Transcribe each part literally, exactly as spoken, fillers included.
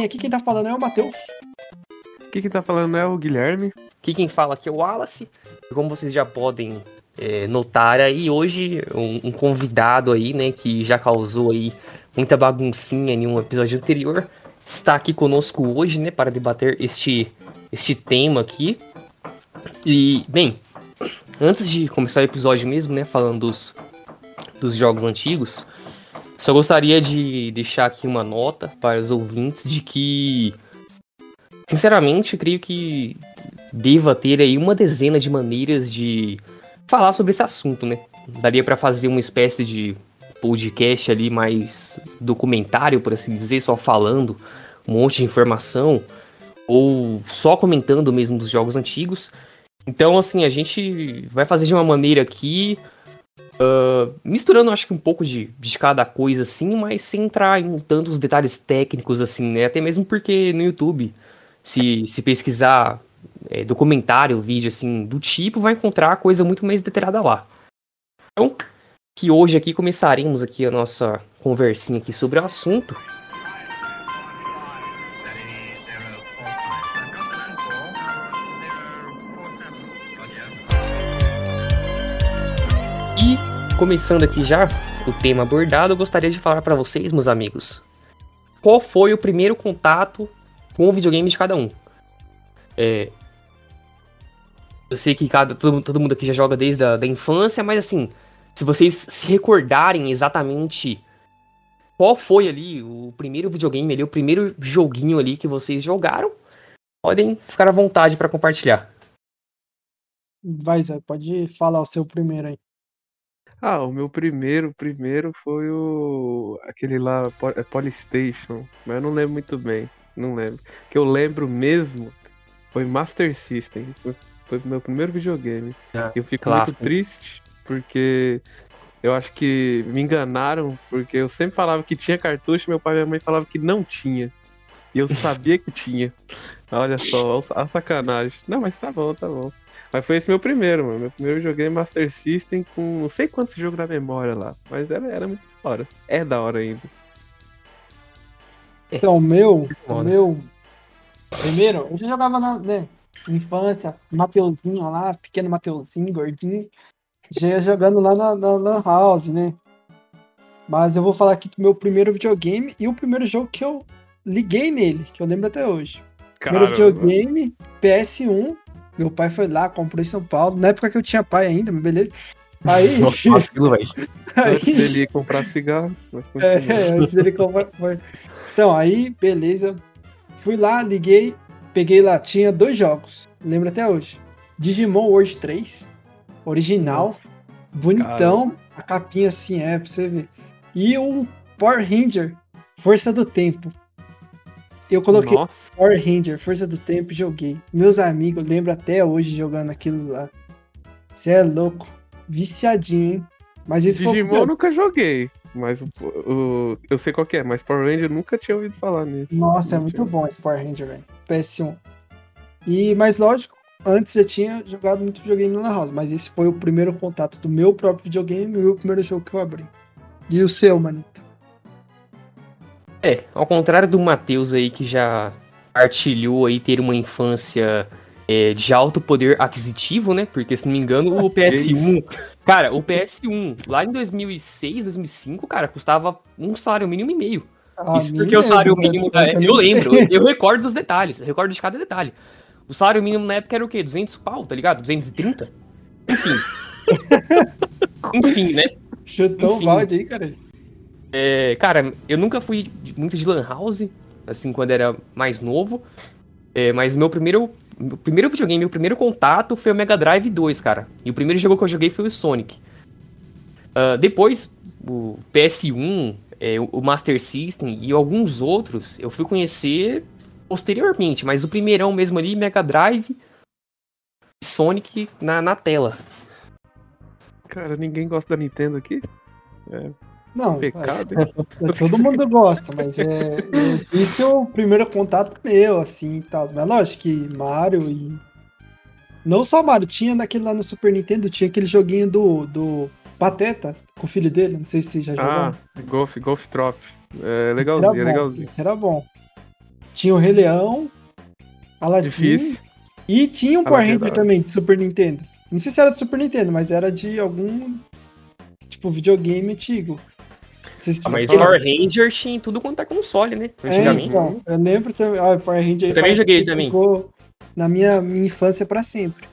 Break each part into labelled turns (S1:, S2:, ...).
S1: bem? Aqui quem tá falando é o Matheus.
S2: Aqui quem tá falando é o Guilherme.
S3: Aqui quem fala aqui é o Wallace. E como vocês já podem é, notar aí, hoje um, um convidado aí, né, que já causou aí muita baguncinha em um episódio anterior, está aqui conosco hoje, né, para debater este, este tema aqui. E, bem, antes de começar o episódio mesmo, né, falando dos, dos jogos antigos, só gostaria de deixar aqui uma nota para os ouvintes de que, sinceramente, eu creio que deva ter aí uma dezena de maneiras de falar sobre esse assunto, né? Daria para fazer uma espécie de podcast ali mais documentário, por assim dizer, só falando um monte de informação, ou só comentando mesmo dos jogos antigos. Então, assim, a gente vai fazer de uma maneira aqui, uh, misturando, acho que um pouco de, de cada coisa, assim, mas sem entrar em tantos detalhes técnicos, assim, né? Até mesmo porque no YouTube, se, se pesquisar é, documentário, vídeo, assim, do tipo, vai encontrar coisa muito mais detalhada lá. Então, que hoje aqui começaremos aqui a nossa conversinha aqui sobre o assunto. E, começando aqui já o tema abordado, eu gostaria de falar para vocês, meus amigos, qual foi o primeiro contato com o videogame de cada um. É, eu sei que cada, todo, todo mundo aqui já joga desde a da infância, mas assim, se vocês se recordarem exatamente qual foi ali o primeiro videogame, ali, o primeiro joguinho ali que vocês jogaram, podem ficar à vontade para compartilhar.
S1: Vai, Zé, pode falar o seu primeiro aí.
S2: Ah, o meu primeiro, primeiro foi o... aquele lá, Po- é Polystation, mas eu não lembro muito bem, não lembro. O que eu lembro mesmo foi Master System, foi, foi o meu primeiro videogame.
S3: Ah,
S2: Eu fico
S3: clássico.
S2: muito triste, porque eu acho que me enganaram, porque eu sempre falava que tinha cartucho, meu pai e minha mãe falavam que não tinha. E eu sabia que tinha. Olha só, a sacanagem. Não, mas tá bom, tá bom. Mas foi esse meu primeiro, mano. Meu primeiro joguei Master System com não sei quantos jogos na memória lá. Mas era, era muito da hora. É da hora ainda.
S1: Então, o meu, o
S3: Foda.
S1: meu primeiro, eu já jogava na né, infância, Mateuzinho lá, pequeno Mateuzinho, gordinho, já ia jogando lá na, na Lan House, né? Mas eu vou falar aqui do meu primeiro videogame e o primeiro jogo que eu liguei nele, que eu lembro até hoje. Primeiro videogame, P S um, meu pai foi lá, comprou em São Paulo, na época que eu tinha pai ainda, mas beleza. Aí,
S3: Nossa, aquilo, velho.
S2: Antes
S1: aí
S2: dele comprar cigarro. Mas continua.
S1: é, antes dele comprar. foi- Então, aí, beleza. Fui lá, liguei, peguei lá, tinha dois jogos, lembro até hoje. Digimon World três, original, bonitão, a capinha assim, é, pra você ver. E um Power Ranger, Força do Tempo. Eu coloquei
S2: Nossa,
S1: Power Ranger, Força do Tempo e joguei. Meus amigos, eu lembro até hoje jogando aquilo lá. Você é louco. Viciadinho, hein? Mas esse foi o
S2: Digimon eu
S1: primeiro.
S2: nunca joguei. Mas o, o- eu sei qual que é, mas Power Ranger eu nunca tinha ouvido falar nisso.
S1: Nossa, é
S2: Não
S1: muito
S2: tinha.
S1: bom esse Power Ranger, velho. P S um. E, mas lógico, antes já tinha jogado muito videogame na Lan House, mas esse foi o primeiro contato do meu próprio videogame e o primeiro jogo que eu abri. E o seu, manito?
S3: É, ao contrário do Matheus aí, que já partilhou aí ter uma infância é, de alto poder aquisitivo, né? Porque, se não me engano, o P S um... Cara, o P S um, lá em dois mil e seis, dois mil e cinco, cara, custava um salário mínimo e meio.
S1: Ah,
S3: Isso
S1: nem
S3: porque o salário
S1: lembro,
S3: mínimo...
S1: né?
S3: da- Eu lembro, eu, eu recordo dos detalhes, eu recordo de cada detalhe. O salário mínimo na época era o quê? duzentos pau, tá ligado? duzentos e trinta? Enfim. Enfim, né?
S1: Chutou o
S3: Enfim.
S1: balde aí, cara.
S3: É, cara, eu nunca fui de- muito de Lan House, assim, quando era mais novo. É, mas meu primeiro, meu primeiro videogame, meu primeiro contato foi o Mega Drive dois, cara. E o primeiro jogo que eu joguei foi o Sonic. Ah, depois, o P S um, é, o o Master System e alguns outros eu fui conhecer posteriormente. Mas o primeirão mesmo ali, Mega Drive e Sonic na, na tela.
S2: Cara, ninguém gosta da Nintendo aqui? É
S1: Não,
S2: pecado, hein?
S1: é, todo mundo gosta, mas é, é- esse é o primeiro contato meu, assim, e tal. Mas lógico que Mario e... Não só Mario, tinha naquele lá no Super Nintendo, tinha aquele joguinho do, do Pateta, com o filho dele, não sei se vocês já
S2: Ah,
S1: jogaram.
S2: Golf, Golf Trop. É
S1: Esse
S2: legalzinho, é
S1: era bom,
S2: legalzinho.
S1: esse era bom. Tinha o Rei Leão, Aladdin,
S2: Difícil.
S1: e tinha um
S2: Aladdin
S1: Power
S2: é
S1: Ranger
S2: da hora.
S1: também, de Super Nintendo. Não sei se era do Super Nintendo, mas era de algum, tipo, videogame antigo. Não sei se
S3: Ah, mas
S1: tinha-
S3: Power Ranger tinha em tudo quanto é console, né?
S1: É,
S3: Antigamente.
S1: então, eu lembro também. Ah, Power Ranger
S3: Eu também
S1: parece
S3: joguei
S1: que
S3: também.
S1: ficou na minha, minha infância pra sempre.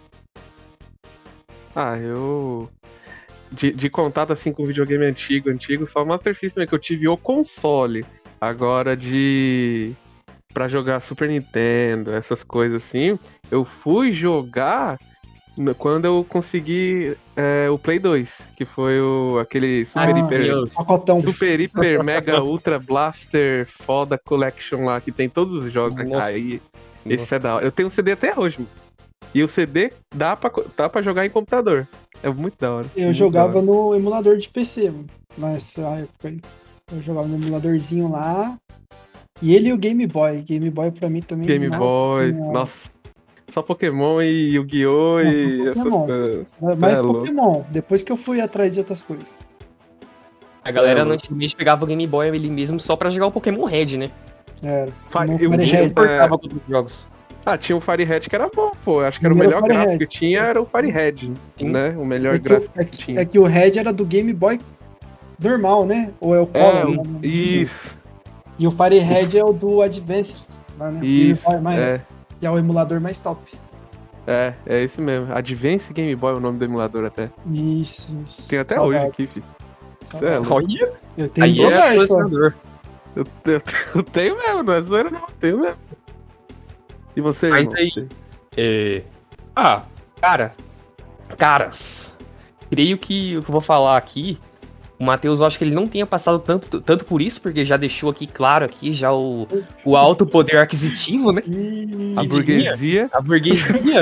S2: Ah, eu. De, de contato assim com videogame antigo, antigo, só o Master System é que eu tive o console. Agora de. Pra jogar Super Nintendo, essas coisas assim, eu fui jogar no- quando eu consegui é, o Play dois, que foi o, aquele Super
S1: Ah,
S2: Hiper.
S3: Deus.
S1: Pacotão.
S2: Super Hiper Mega Ultra Blaster Foda Collection lá, que tem todos os jogos.
S3: Nossa.
S2: Aí, esse
S3: Nossa.
S2: é da hora. Eu tenho um C D até hoje, mano. E o C D dá pra, co- dá pra jogar em computador. É muito da hora.
S1: Eu
S2: muito
S1: jogava
S2: da hora.
S1: no emulador de P C, mano, nessa época aí. Eu jogava no emuladorzinho lá. E ele e o Game Boy. Game Boy pra mim também.
S2: Game
S1: nossa
S2: Boy,
S1: senhora.
S2: nossa. Só Pokémon e Yu-Gi-Oh!
S1: Nossa,
S2: E essas
S1: Pokémon.
S2: coisas.
S1: Mais
S2: é louco.
S1: Pokémon. Depois que eu fui atrás de outras coisas.
S3: A galera
S2: É, louco.
S3: antigamente pegava o Game Boy ele mesmo só pra jogar o Pokémon Red, né?
S1: Era.
S2: Fa-
S1: No
S2: eu-
S1: Fire
S3: Ninguém
S1: Red.
S3: se importava com outros jogos.
S2: Ah, tinha o Fire Red que era bom, pô. Acho que era o
S1: Primeiro
S2: melhor
S1: Fire
S2: gráfico
S1: Red.
S2: que tinha, era o Fire Red,
S3: Sim.
S2: né? O melhor
S1: É que, o-
S2: gráfico
S1: é
S2: que
S1: que-
S2: tinha.
S1: é que o Red era do Game Boy normal, né? Ou é o
S2: É,
S1: Color?
S2: o-
S1: né?
S2: isso.
S1: E o Fire Red é o do Advance. Lá, né? Game
S2: Isso,
S1: Boy mais,
S2: é.
S1: que é o emulador mais top.
S2: É, é esse mesmo. Advance Game Boy é o nome do emulador até.
S1: Isso, isso.
S2: Tem até
S1: Saudade,
S2: hoje aqui, filho.
S1: saudade.
S2: É louco.
S3: Olha,
S1: Eu tenho
S3: aí é
S1: celular, pô.
S3: colecionador.
S2: Eu, eu- eu tenho mesmo, não é zoeira não, eu tenho mesmo. E você,
S3: Mas
S2: irmão?
S3: aí-
S2: Você-
S3: É... Ah, cara. Caras. Creio que o que eu vou falar aqui, o Matheus, eu acho que ele não tenha passado tanto, tanto por isso, porque já deixou aqui claro aqui já o, o alto poder aquisitivo, né?
S1: Ih,
S2: A
S3: E
S2: burguesia.
S3: A burguesia.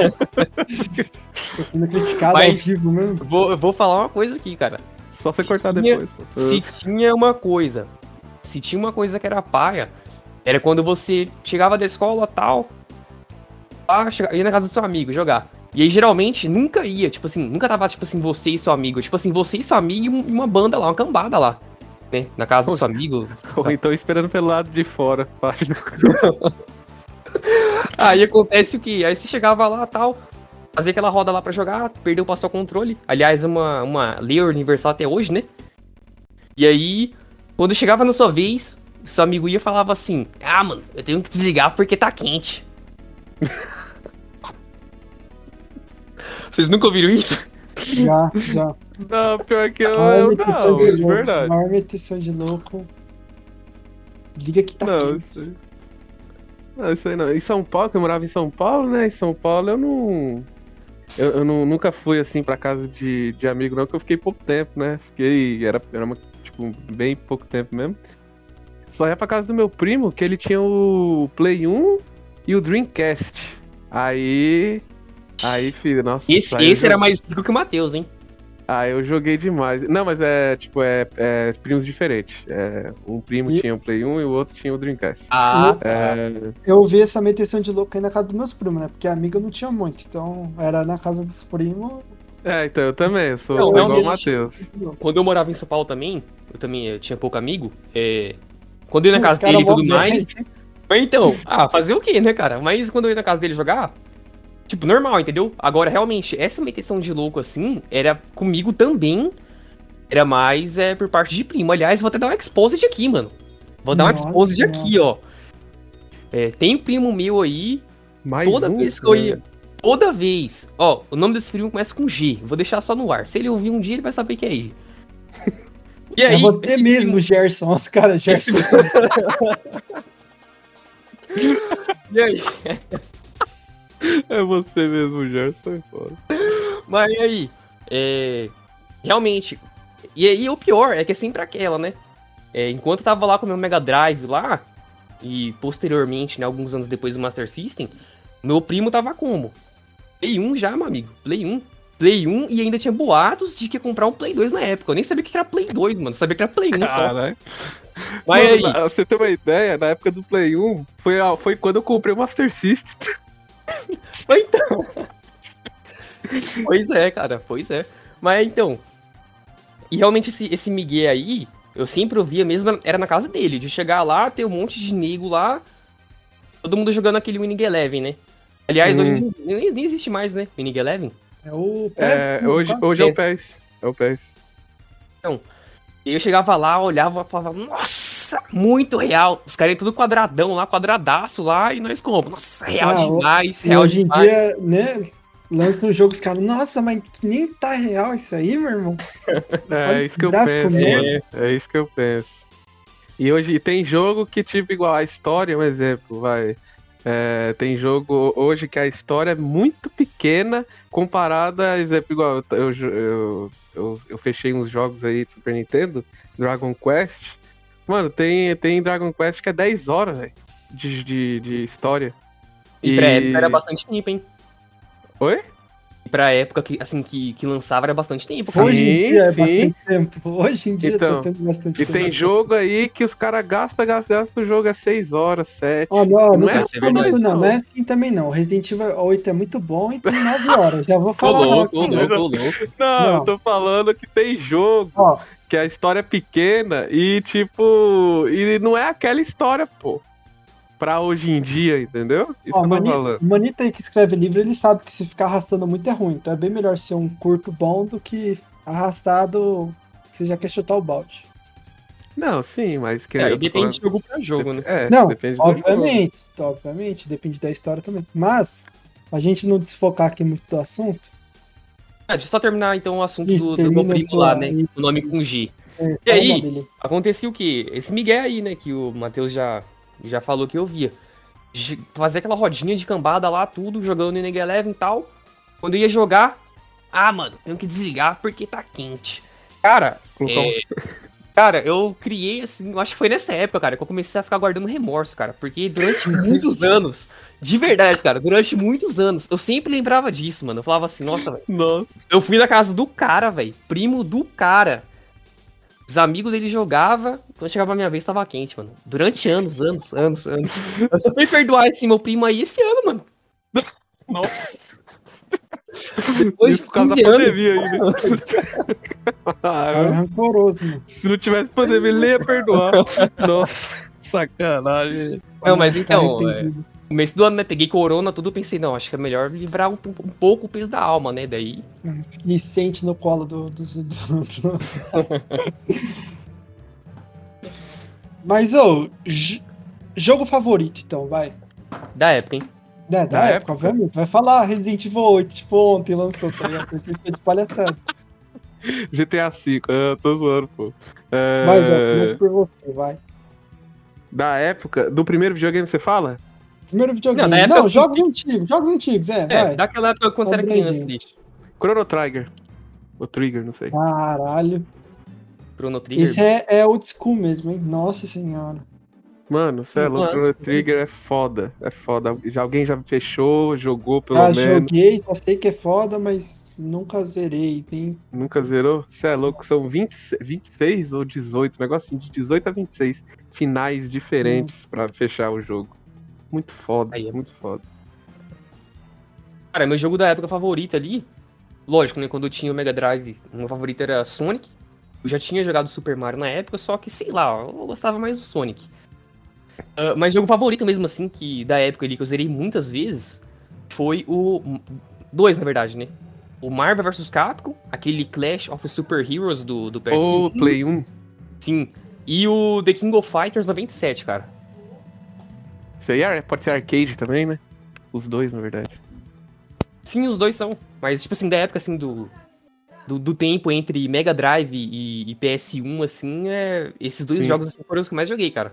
S1: tô sendo criticado
S3: Mas-
S1: ao vivo mesmo.
S3: Eu vou, eu vou falar uma coisa aqui, cara.
S2: Só você cortar
S3: Tinha-
S2: depois, pô.
S3: Se tinha uma coisa, se tinha uma coisa que era paia, era quando você chegava da escola tal, lá, chega- ia na casa do seu amigo jogar. E aí, geralmente, nunca ia, tipo assim, nunca tava, tipo assim, você e seu amigo. Tipo assim, você e seu amigo e um- e uma banda lá, uma cambada lá, né? Na casa do seu amigo.
S2: Ou então esperando pelo lado de fora. pra-
S3: Aí acontece o que? Aí você chegava lá tal, fazia aquela roda lá pra jogar, perdeu, passou o controle. Aliás, uma, uma lei universal até hoje, né? E aí, quando chegava na sua vez, seu amigo ia e falava assim: Ah, mano, eu tenho que desligar porque tá quente. Vocês nunca ouviram isso?
S1: Já, já.
S2: Não, pior que eu,
S1: Maior
S2: eu
S1: meteção
S2: não,
S1: de
S2: de
S1: louco.
S2: verdade.
S1: Maior meteção de louco. Liga que tá
S2: Não,
S1: quente.
S2: isso aí. Não, isso aí não. Em São Paulo, que eu morava em São Paulo, né? Em São Paulo eu não. Eu, eu não- nunca fui assim pra casa de, de amigo, não, que eu fiquei pouco tempo, né? Fiquei. Era, era uma, tipo, bem pouco tempo mesmo. Só ia pra casa do meu primo, que ele tinha o Play um e o Dreamcast. Aí. Aí, filho, nossa.
S3: Esse,
S2: aí eu
S3: esse era
S2: joguei-
S3: mais rico que o Matheus, hein?
S2: Ah, eu joguei demais. Não, mas é, tipo, é, é primos diferentes. É, um primo
S1: E-
S2: tinha o Play um e o outro tinha o Dreamcast.
S3: Ah,
S2: É,
S1: Eu vi essa meteção de louco aí na casa dos meus primos, né? Porque amiga eu não tinha muito. Então era na casa dos primos.
S2: é, então eu também, eu sou
S3: Não,
S2: igual o
S3: realmente.
S2: Matheus.
S3: quando eu morava em São Paulo também, eu também eu tinha pouco amigo. É, quando eu ia na
S1: Os
S3: casa
S1: cara
S3: dele e
S1: mó
S3: tudo mais.
S1: bad.
S3: Mas então, ah, fazer o quê, né, cara? Mas quando eu ia na casa dele jogar, tipo, normal, entendeu? Agora, realmente, essa meteção de louco, assim, era comigo também. Era mais é, por parte de primo. Aliás, vou até dar um exposit aqui, mano. Vou dar um
S1: Nossa
S3: exposit
S1: Senhora.
S3: aqui, ó. É, tem um primo meu aí,
S2: Mais
S3: toda
S2: um,
S3: vez que eu
S2: né?
S3: ia. Toda vez. Ó, o nome desse primo começa com G. Vou deixar só no ar. Se ele ouvir um dia, ele vai saber que é ele. E
S1: É
S3: aí,
S1: você
S3: esse
S1: mesmo, Gerson. Os caras, Gerson.
S3: E aí?
S2: É você mesmo, Gerson, é foda.
S3: Mas e aí? É, realmente. E aí o pior é que é sempre aquela, né? É, enquanto eu tava lá com o meu Mega Drive lá, e posteriormente, né, alguns anos depois do Master System, meu primo tava como? Play um já, meu amigo. Play um. Play um e ainda tinha boatos de que ia comprar um Play dois na época. Eu nem sabia o que era Play dois, mano. Eu sabia que era Play um só.
S2: Caralho.
S3: Mas
S2: Mano,
S3: aí?
S2: na- você ter uma ideia, na época do Play um, foi, a- foi quando eu comprei o Master System.
S3: Mas então. Pois é, cara, pois é. Mas então. E realmente esse, esse Miguel aí, Eu sempre ouvia mesmo, era na casa dele, de chegar lá, ter um monte de nego lá, todo mundo jogando aquele Winning Eleven, né? Aliás,
S2: Hum.
S3: hoje nem, nem, nem existe mais, né? Winning Eleven.
S1: É o P S.
S2: É, hoje, hoje é o
S3: P S.
S2: P E S. É o P E S.
S3: E eu chegava lá, olhava e falava, nossa, muito real. Os caras tudo quadradão lá, quadradaço lá, e nós como, nossa, real
S1: Ah, o-
S3: demais,
S1: E
S3: real
S1: hoje em
S3: demais.
S1: dia, né? Lança no jogo, os caras, nossa, mas nem tá real isso aí, meu irmão.
S2: É
S1: Olha
S2: isso que eu
S1: gráfico,
S2: penso,
S1: né?
S2: mano. É isso que eu penso. E hoje e tem jogo que, tipo, igual a história, um exemplo, vai. É, tem jogo hoje que a história é muito pequena comparada, exemplo, igual eu, eu, eu, eu, eu fechei uns jogos aí de Super Nintendo, Dragon Quest. Mano, tem, tem Dragon Quest que é dez horas, velho, de, de, de história.
S3: E pra época era bastante tempo, hein?
S2: Oi?
S3: E pra época que, assim, que, que lançava era bastante tempo, cara.
S1: Hoje em
S2: Sim,
S1: dia é
S2: sim.
S1: bastante tempo. Hoje em dia
S2: Então,
S1: tá sendo bastante
S2: E
S1: tempo.
S2: tem jogo aí que os caras gastam, gastam, gastam, o jogo é seis horas, sete.
S1: Ó, não,
S2: Não
S1: não
S2: é
S1: tô
S3: isso é
S1: falando,
S3: verdade,
S1: não,
S2: não.
S1: não é assim também não. Resident Evil oito é muito bom e tem nove horas. Já vou
S3: Ô
S1: falar.
S3: louco, ô
S1: aqui.
S3: louco, ô louco.
S2: Não,
S1: Não.
S2: eu tô falando que tem jogo
S1: Ó,
S2: que a história é pequena e, tipo, e não é aquela história, pô. Pra hoje em dia, entendeu? Isso
S1: ó,
S2: que eu tô
S1: Mani-
S2: falando.
S1: o Manita aí que escreve livro, ele sabe que se ficar arrastando muito é ruim. Então é bem melhor ser um curto bom do que arrastado, você já quer chutar o balde.
S2: Não, sim, mas que
S3: É,
S2: eu
S3: e
S2: tô
S3: depende
S2: falando-
S3: de jogo pra jogo, né?
S2: É,
S1: Não,
S2: depende do jogo.
S1: obviamente, obviamente, depende da história também. Mas, a gente não desfocar aqui muito do assunto,
S3: Ah, deixa eu só terminar então o assunto
S1: Isso,
S3: do, do meu
S1: termina a
S3: primo
S1: sua-
S3: lá, né?
S1: isso,
S3: O nome com
S1: isso.
S3: G.
S1: é,
S3: E
S1: fala
S3: aí?
S1: o nome dele.
S3: Acontecia o quê? Esse Miguel aí, né, que o Matheus já, já falou que eu via. G- Fazer aquela rodinha de cambada lá, tudo, jogando no Neg Eleven e tal. Quando eu ia jogar, ah, mano, tenho que desligar porque tá quente. Cara,
S2: Colocar um-
S3: é, cara, eu criei assim, eu acho que foi nessa época, cara, que eu comecei a ficar guardando remorso, cara. Porque durante muitos anos, de verdade, cara, durante muitos anos, eu sempre lembrava disso, mano. Eu falava assim, nossa, velho.
S2: Nossa.
S3: Eu fui na casa do cara, velho. Primo do cara. Os amigos dele jogavam. Quando chegava a minha vez, tava quente, mano. Durante anos, anos, anos, anos. Eu só fui perdoar esse meu primo aí esse ano, mano.
S2: Nossa.
S3: Depois
S2: Isso
S3: de
S2: por causa da
S3: quinze anos.
S2: pandemia ainda. Ah,
S1: Cara, é rancoroso, mano.
S2: se não tivesse pandemia, ele nem ia perdoar. Nossa, sacanagem.
S3: Não, mas
S1: Tá
S3: então, é,
S1: arrependido.
S3: no começo do ano, né, peguei corona, tudo, pensei, não, acho que é melhor livrar um, um pouco o peso da alma, né, daí...
S1: E sente no colo do. do, do- do- Mas, ô, j- jogo favorito, então, vai.
S3: Da época, hein.
S1: É, da,
S2: Da
S1: época,
S2: época?
S1: obviamente. Vai falar Resident Evil oito, tipo, ontem lançou, tá ligado? Você fica de palhaçada.
S2: G T A cinco, eu tô zoando, pô. É,
S1: Mas, ó, começa por você, vai.
S2: Da época, do primeiro videogame você fala?
S1: Primeiro videogame.
S3: Não,
S1: Não,
S3: na época, assim,
S1: jogos antigos, jogos antigos, é,
S3: É,
S1: vai.
S3: daquela época quando você era
S1: Lembrei
S3: criança
S1: disso.
S3: ali.
S2: Chrono Trigger. Ou Trigger, não sei.
S1: Caralho.
S3: Chrono Trigger.
S1: Esse é, é old school mesmo, hein? Nossa senhora.
S2: Mano, você é louco,
S3: Nossa,
S2: Chrono Trigger é foda. É foda. Já, alguém já fechou, jogou pelo
S1: Ah,
S2: menos.
S1: joguei, já sei que é foda, mas nunca zerei. Tem...
S2: Nunca zerou? Você é louco, são vinte, vinte e seis ou dezoito, um negócio assim, de dezoito a vinte e seis finais diferentes pra fechar o jogo. Muito foda,
S3: Aí é-
S2: muito foda.
S3: Cara, meu jogo da época favorito ali, lógico, né, quando eu tinha o Mega Drive, o meu favorito era Sonic. Eu já tinha jogado Super Mario na época, só que, sei lá, eu gostava mais do Sonic. Ah, mas jogo favorito mesmo, assim, que da época ali, que eu zerei muitas vezes, foi o... Dois, na verdade, né? O Marvel versus. Capcom, aquele Clash of Super Heroes do, do P S um.
S2: Ou Play um.
S3: Sim. E o The King of Fighters noventa e sete, cara.
S2: Isso aí é- pode ser arcade também, né? Os dois, na verdade.
S3: Sim, os dois são. Mas, tipo assim, da época, assim, do... Do, do tempo entre Mega Drive e, e P S um, assim, é... Esses dois
S2: Sim.
S3: jogos assim, foram os que eu mais joguei, cara.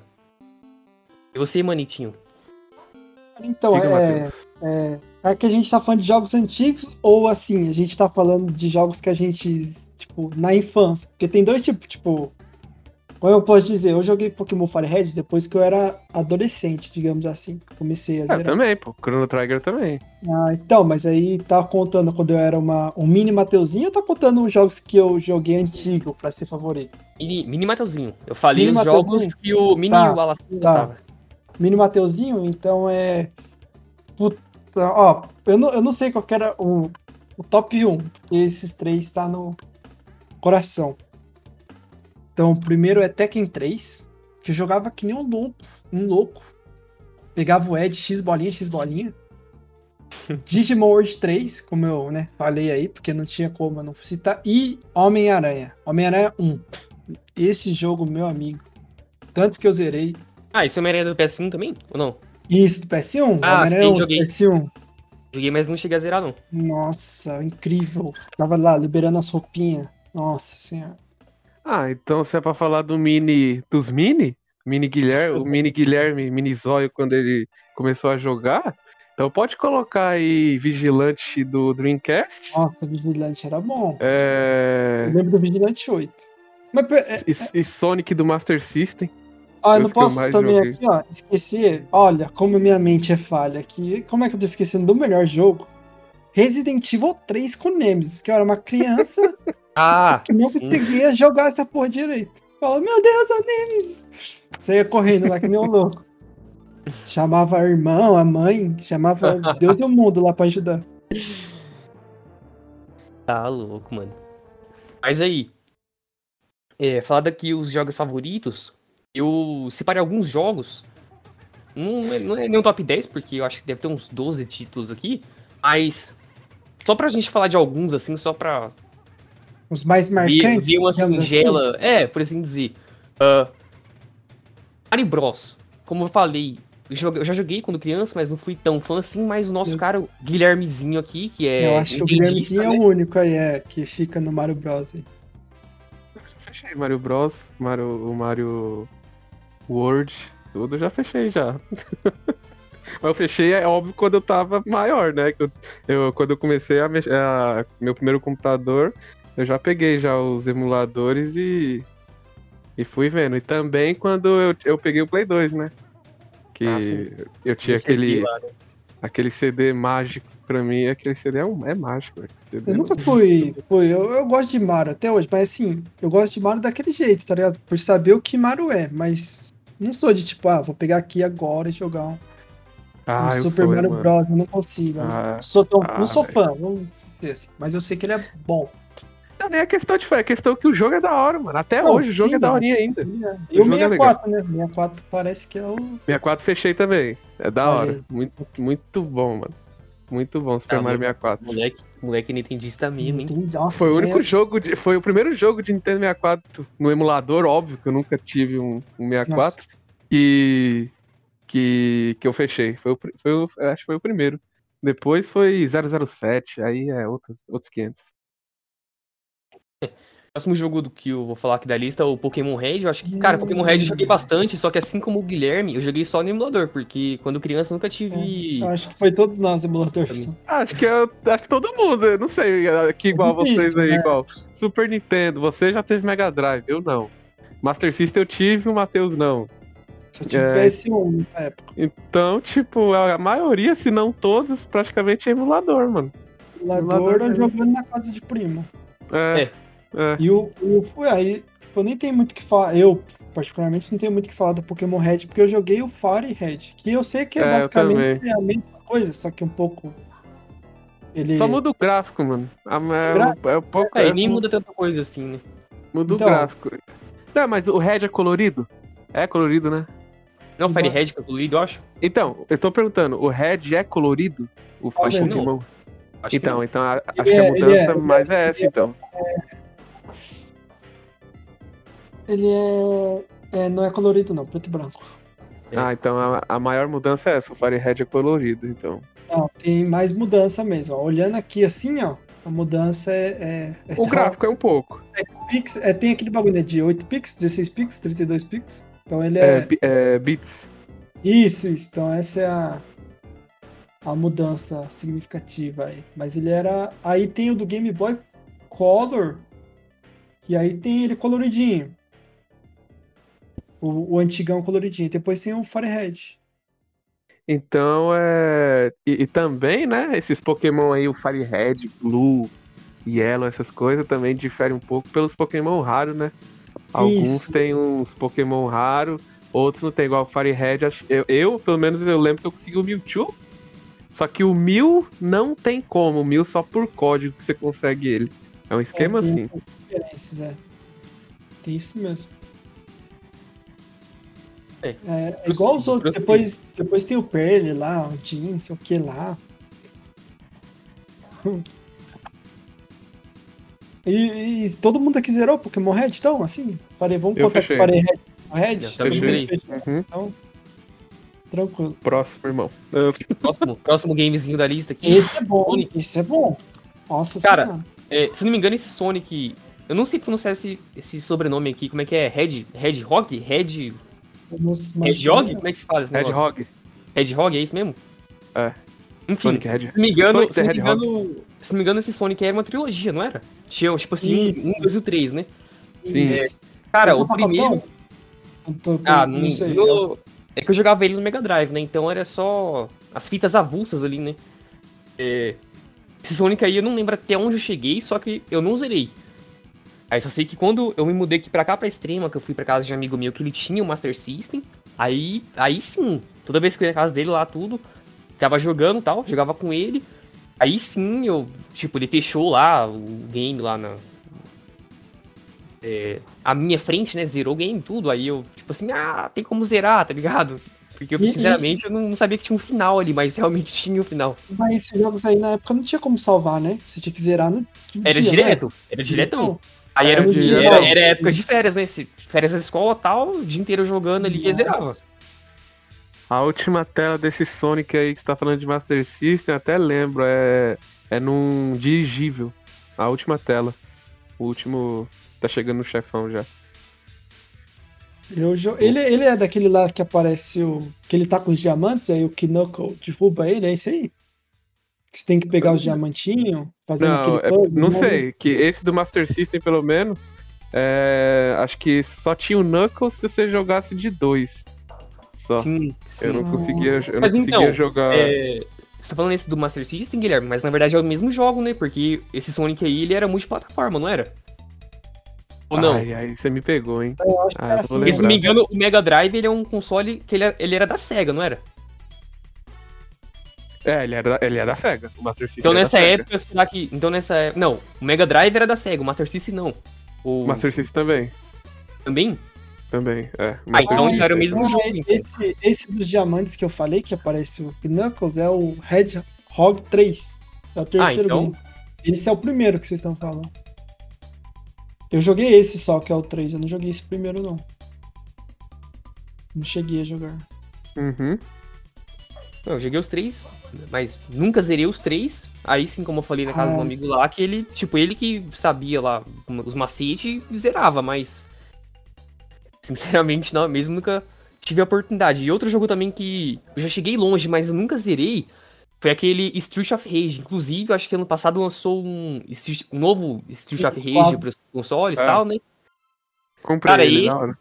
S3: E você, Manitinho?
S1: Então,
S2: Diga,
S1: é,
S2: Matheus.
S1: é. É que a gente tá falando de jogos antigos ou assim, a gente tá falando de jogos que a gente, tipo, na infância? Porque tem dois tipos, tipo. Como eu posso dizer, eu joguei Pokémon Firehead depois que eu era adolescente, digamos assim. Que eu comecei a
S2: Ah,
S1: zerar.
S2: também, pô. Chrono Trigger também.
S1: Ah, então, mas aí tá contando quando eu era uma, um mini Mateuzinho ou tá contando os jogos que eu joguei antigo pra ser favorito?
S3: Mini, Mini Mateuzinho. Eu falei
S1: Mini
S3: os
S1: Mateuzinho?
S3: jogos que o Mini
S1: Tá,
S3: e o Wallace
S1: tá.
S3: gostavam.
S1: Mini Mateuzinho, então é. Puta, ó, eu não, eu não sei qual que era o, o top um, porque esses três tá no coração. Então, o primeiro é Tekken três, que eu jogava que nem um louco, um louco. Pegava o Ed, X bolinha, X bolinha. Digimon World três, como eu, né, falei aí, porque não tinha como eu não citar. E Homem-Aranha. Homem-Aranha um. Esse jogo, meu amigo. Tanto que eu zerei.
S3: Ah, esse Homem-Aranha do P S um também? Ou não?
S1: Isso, do P S um?
S3: Ah,
S1: Homem-Aranha
S3: sim,
S1: um do
S3: joguei.
S1: P S um.
S3: Joguei, mas não cheguei a zerar, não.
S1: Nossa, incrível. Tava lá, liberando as roupinhas. Nossa senhora.
S2: Ah, então se é pra falar do mini. Dos mini? Mini Guilherme, o mini Guilherme, mini Zóio, quando ele começou a jogar. Então pode colocar aí Vigilante do Dreamcast.
S1: Nossa, Vigilante era bom. Eu
S2: É...
S1: lembro do Vigilante oito. Mas, pe- é,
S2: E, e Sonic do Master System.
S1: ó, eu
S2: Os
S1: não
S2: que eu
S1: posso
S2: mais
S1: também
S2: joguei.
S1: aqui, ó, esquecer. Olha, como minha mente é falha aqui. Como é que eu tô esquecendo do melhor jogo? Resident Evil três com Nemesis, que eu era uma criança
S3: Ah,
S1: que não
S3: sim.
S1: conseguia jogar essa porra direito. Fala, meu Deus, é o Nemesis! Você ia correndo lá que nem um louco. Chamava a irmão, a mãe, chamava Deus e o mundo lá pra ajudar.
S3: Tá louco, mano. Mas aí, é, falar daqui os jogos favoritos, eu separei alguns jogos. Não é, não é nem um top dez, porque eu acho que deve ter uns doze títulos aqui. Mas, só pra gente falar de alguns, assim, só pra
S1: Os mais
S3: ver,
S1: marcantes,
S3: ver uma
S1: digamos assim.
S3: singela. É, por assim dizer. Uh, Mario Bros. Como eu falei, eu, joguei- eu já joguei quando criança, mas não fui tão fã assim. Mas o nosso
S1: Eu-
S3: cara, o Guilhermezinho aqui, que é
S1: Eu acho que o
S3: nintendista,
S1: Guilhermezinho é
S3: né?
S1: o único aí, é, que fica no Mario Bros. Aí.
S2: Eu já fechei Mario Bros, Mario, o Mario World, tudo eu já fechei já. Mas eu fechei, é óbvio, quando eu tava maior, né? Que eu, eu- quando eu comecei a mexer, a- meu primeiro computador, eu já peguei já os emuladores e, e fui vendo. E também quando eu, eu peguei o Play dois, né? Que
S3: Ah, sim.
S2: eu tinha
S3: No C D
S2: aquele,
S3: lá, né?
S2: aquele C D mágico pra mim, aquele C D é, um, é mágico, velho. C D
S1: Eu
S2: não-
S1: nunca fui, fui eu, eu gosto de Mario até hoje, mas assim, eu gosto de Mario daquele jeito, tá ligado? Por saber o que Mario é, mas não sou de tipo, ah, vou pegar aqui agora e jogar um, um
S2: Ah, eu
S1: Super
S2: sou, hein,
S1: Mario
S2: mano.
S1: Bros. Eu não consigo, eu não
S2: Ah,
S1: sou tão, não
S2: ah,
S1: sou
S2: velho.
S1: fã, vamos dizer assim, mas eu sei que ele é bom.
S2: Não, nem é questão de fé, é questão que o jogo é da hora, mano. Até
S1: Não,
S2: hoje o jogo
S1: sim,
S2: é daorinha ainda.
S1: e o
S2: O jogo é
S1: sessenta e quatro, né? sessenta e quatro parece que é o.
S2: sessenta e quatro fechei também. É da
S1: Olha
S2: hora.
S1: aí.
S2: Muito, muito bom, mano. Muito bom Super
S3: Ah,
S2: Mario
S3: mano,
S2: sessenta e quatro.
S3: Moleque, moleque nintendista mesmo, hein?
S1: Entendi. Nossa,
S2: Foi o
S1: isso aí
S2: único
S1: é-
S2: jogo, de, foi o primeiro jogo de Nintendo sessenta e quatro no emulador, óbvio, que eu nunca tive um, um sessenta e quatro, que, que, que eu fechei. Foi o, pri- foi o, eu acho que foi o primeiro. Depois foi zero zero sete, aí é outro, outros quinhentos.
S3: O próximo jogo do que eu vou falar aqui da lista é o Pokémon Red. Eu acho que, cara, Pokémon Red eu joguei
S1: Hum.
S3: bastante, só que assim como o Guilherme, eu joguei só no emulador, porque quando criança eu nunca
S1: É,
S3: tive.
S1: eu acho que foi todos nós, emuladores.
S2: Acho que eu, acho que todo mundo, eu não sei, aqui igual
S1: difícil,
S2: vocês aí,
S1: né?
S2: igual Super Nintendo, você já teve Mega Drive, eu não. Master System eu tive, o Matheus não.
S1: Só tive
S2: É.
S1: P S um nessa época.
S2: Então, tipo, a maioria, se não todos, praticamente é emulador, mano.
S1: Emulador
S2: Emulador,
S1: eu
S2: né?
S1: jogando na casa de primo.
S2: É.
S3: É.
S2: é.
S1: E o, o foi aí, eu nem tenho muito o que falar. Eu, particularmente, não tenho muito o que falar do Pokémon Red, porque eu joguei o Fire Red. Que eu sei que é,
S2: É, eu
S1: basicamente a mesma coisa, só que um pouco. Ele.
S2: Só muda o gráfico, mano. A, é,
S1: gráfico?
S2: é, um pouco,
S3: É,
S2: é,
S3: e nem
S2: mu-
S3: muda tanta coisa assim, né?
S2: muda
S1: Então.
S2: o gráfico. Não, mas o Red é colorido? É colorido, né?
S3: Não, Fire
S1: Igual-
S3: Red que é colorido, eu acho.
S2: Então, eu tô perguntando, o Red é colorido? O o
S1: Acho que
S3: não.
S2: Pokémon?
S3: Acho
S2: Então,
S3: que
S2: então a- acho
S1: Ele
S2: que a
S1: é- ele
S2: mudança
S1: é- ele
S2: mais
S1: é-
S2: é essa,
S1: ele é-
S2: então.
S1: Ele é, é. Não é colorido, não, preto e branco.
S3: É.
S2: Ah, então a, a maior mudança é essa, o Fire Red é colorido, então.
S1: Não, tem mais mudança mesmo. Ó. Olhando aqui assim, ó, a mudança é. é, é
S2: O
S1: tal-
S2: gráfico é um pouco.
S1: Pix, é, tem aquele bagulho né, de oito pixels, dezesseis pixels, trinta e dois pixels. Então ele
S2: É,
S1: é.
S2: bi- é bits.
S1: Isso, isso. Então essa é a, a mudança significativa aí. Mas ele era. Aí tem o do Game Boy Color, que aí tem ele coloridinho. O, o antigão coloridinho. Depois tem o Fire Red.
S2: Então é. E, e também, né? Esses Pokémon aí, o Fire Red, Blue, Yellow, essas coisas também diferem um pouco pelos Pokémon raros, né? Alguns
S1: Isso.
S2: têm uns Pokémon raros, outros não tem, igual o Fire Red. acho- Eu, eu, pelo menos, eu lembro que eu consegui o Mewtwo. Só que o Mew não tem como. O Mew, só por código que você consegue ele. É um esquema
S1: É, tem
S2: assim.
S1: essas diferenças, é.
S2: Mas o Fire Red é colorido? É colorido, né?
S1: É colorido. tem isso mesmo.
S3: É,
S1: É, é igual os outros.
S3: prossiga.
S1: Depois, depois tem o Pearl lá, o Jin, sei o que lá. Hum. E, e todo mundo aqui zerou Pokémon Red, então, assim? Farei, vamos
S2: Eu
S1: contar que
S2: fechei.
S1: farei Red. Red?
S3: Eu
S1: Todo
S3: também
S1: mundo
S3: zerei.
S1: fechou,
S2: Uhum.
S1: então, tranquilo.
S2: Próximo, irmão.
S3: Próximo, próximo gamezinho da lista aqui.
S1: Esse é bom,
S3: Sonic.
S1: esse é bom. Nossa
S3: Cara,
S1: senhora.
S3: É, se não me engano, esse Sonic. Eu não sei pronunciar esse, esse sobrenome aqui. Como é que é? Red. Hedgehog? Red.
S1: Vamos-
S3: Hedgehog? Como é que se fala esse negócio?
S2: Hedgehog.
S3: Hedgehog, é isso mesmo?
S2: É.
S3: Enfim,
S2: Sonic Hedgehog.
S3: se não me engano,
S2: Sonic
S3: se
S2: the
S3: não me
S2: Hedgehog.
S3: engano, se não me engano, esse Sonic era uma trilogia, não era? Tinha, tipo assim,
S1: Isso.
S3: um, dois e o três, né?
S2: Sim.
S3: É, Cara, o
S1: Tá
S3: primeiro.
S1: papel? Eu tô com-
S3: Ah,
S1: não
S3: não,
S1: sei.
S3: eu- é que eu jogava ele no Mega Drive, né? Então era só as fitas avulsas ali, né? É, esse Sonic aí eu não lembro até onde eu cheguei, só que eu não zerei. Aí só sei que quando eu me mudei aqui pra cá, pra Extrema, que eu fui pra casa de um amigo meu que ele tinha o Master System, aí, aí sim, toda vez que eu ia na casa dele lá, tudo, tava jogando e tal, jogava com ele, aí sim eu, tipo, ele fechou lá o game lá na... É, a minha frente, né, zerou o game, tudo, aí eu, tipo assim, ah, tem como zerar, tá ligado? Porque eu,
S1: E-
S3: sinceramente, eu não, não sabia que tinha um final ali, mas realmente tinha um final.
S1: Mas esses jogos aí na época não tinha como salvar, né? Você tinha que zerar no no
S3: Era
S1: dia,
S3: direto,
S1: né?
S3: era diretão.
S1: Então,
S3: Aí era,
S1: Era
S3: era,
S1: direto.
S3: era época de férias, né? Se- Férias da escola e tal, o dia inteiro jogando ali e zerava.
S2: A última tela desse Sonic aí que você tá falando de Master System, até lembro, é, é num dirigível. A última tela. O último. Tá chegando no chefão já.
S1: Eu jo... ele, ele é daquele lá que aparece o. Que ele tá com os diamantes, aí o Kinoko derruba ele, é isso aí? Que você tem que pegar os diamantinhos, fazendo
S2: Não,
S1: aquele
S2: é-
S1: puzzle.
S2: não
S1: né?
S2: sei. Que esse do Master System, pelo menos, é, acho que só tinha o Knuckles se você jogasse de dois. Só.
S3: Sim, sim.
S2: Eu não conseguia, eu não
S3: Mas
S2: conseguia
S3: então,
S2: jogar.
S3: É, você tá falando esse do Master System, Guilherme, mas na verdade é o mesmo jogo, né? Porque esse Sonic aí, ele era multiplataforma, não era? Ou não?
S2: Ai, ai, você me pegou, hein?
S1: Eu acho que
S2: Ah,
S1: era
S2: eu vou
S1: assim,
S3: Porque, se não me
S2: lembrar.
S3: engano, o Mega Drive, ele é um console que ele, é- ele era da SEGA, não era?
S2: É, ele era, ele era da SEGA. O Master System
S3: Então
S2: era
S3: nessa
S2: da SEGA.
S3: época, será que... Então nessa época... Não, o Mega Drive era da SEGA, o Master System não. O
S2: O Master System também.
S3: também?
S2: Também, é.
S3: Ah,
S2: Master
S3: então
S2: System.
S3: era o mesmo
S1: Ah,
S3: jogo, então.
S1: esse, esse dos diamantes que eu falei, que aparece o Knuckles, é o Hedgehog três. É o terceiro
S3: então-
S1: game. Esse é o primeiro que vocês estão falando. Eu joguei esse só, que é o três. Eu não joguei esse primeiro, não. Não cheguei a jogar.
S2: Uhum.
S3: Eu joguei os três, mas nunca zerei os três. Aí sim, como eu falei na casa
S1: Ah.
S3: do amigo lá, que ele, tipo, ele que sabia lá os macetes e zerava, mas. Sinceramente, não, mesmo nunca tive a oportunidade. E outro jogo também que eu já cheguei longe, mas eu nunca zerei, foi aquele Street of Rage. Inclusive, eu acho que ano passado lançou um, Street- um novo Street of Rage
S1: Quatro.
S3: para os consoles e
S2: É.
S3: tal, né?
S2: Comprei
S3: Cara,
S2: ele,
S3: esse-
S2: da hora.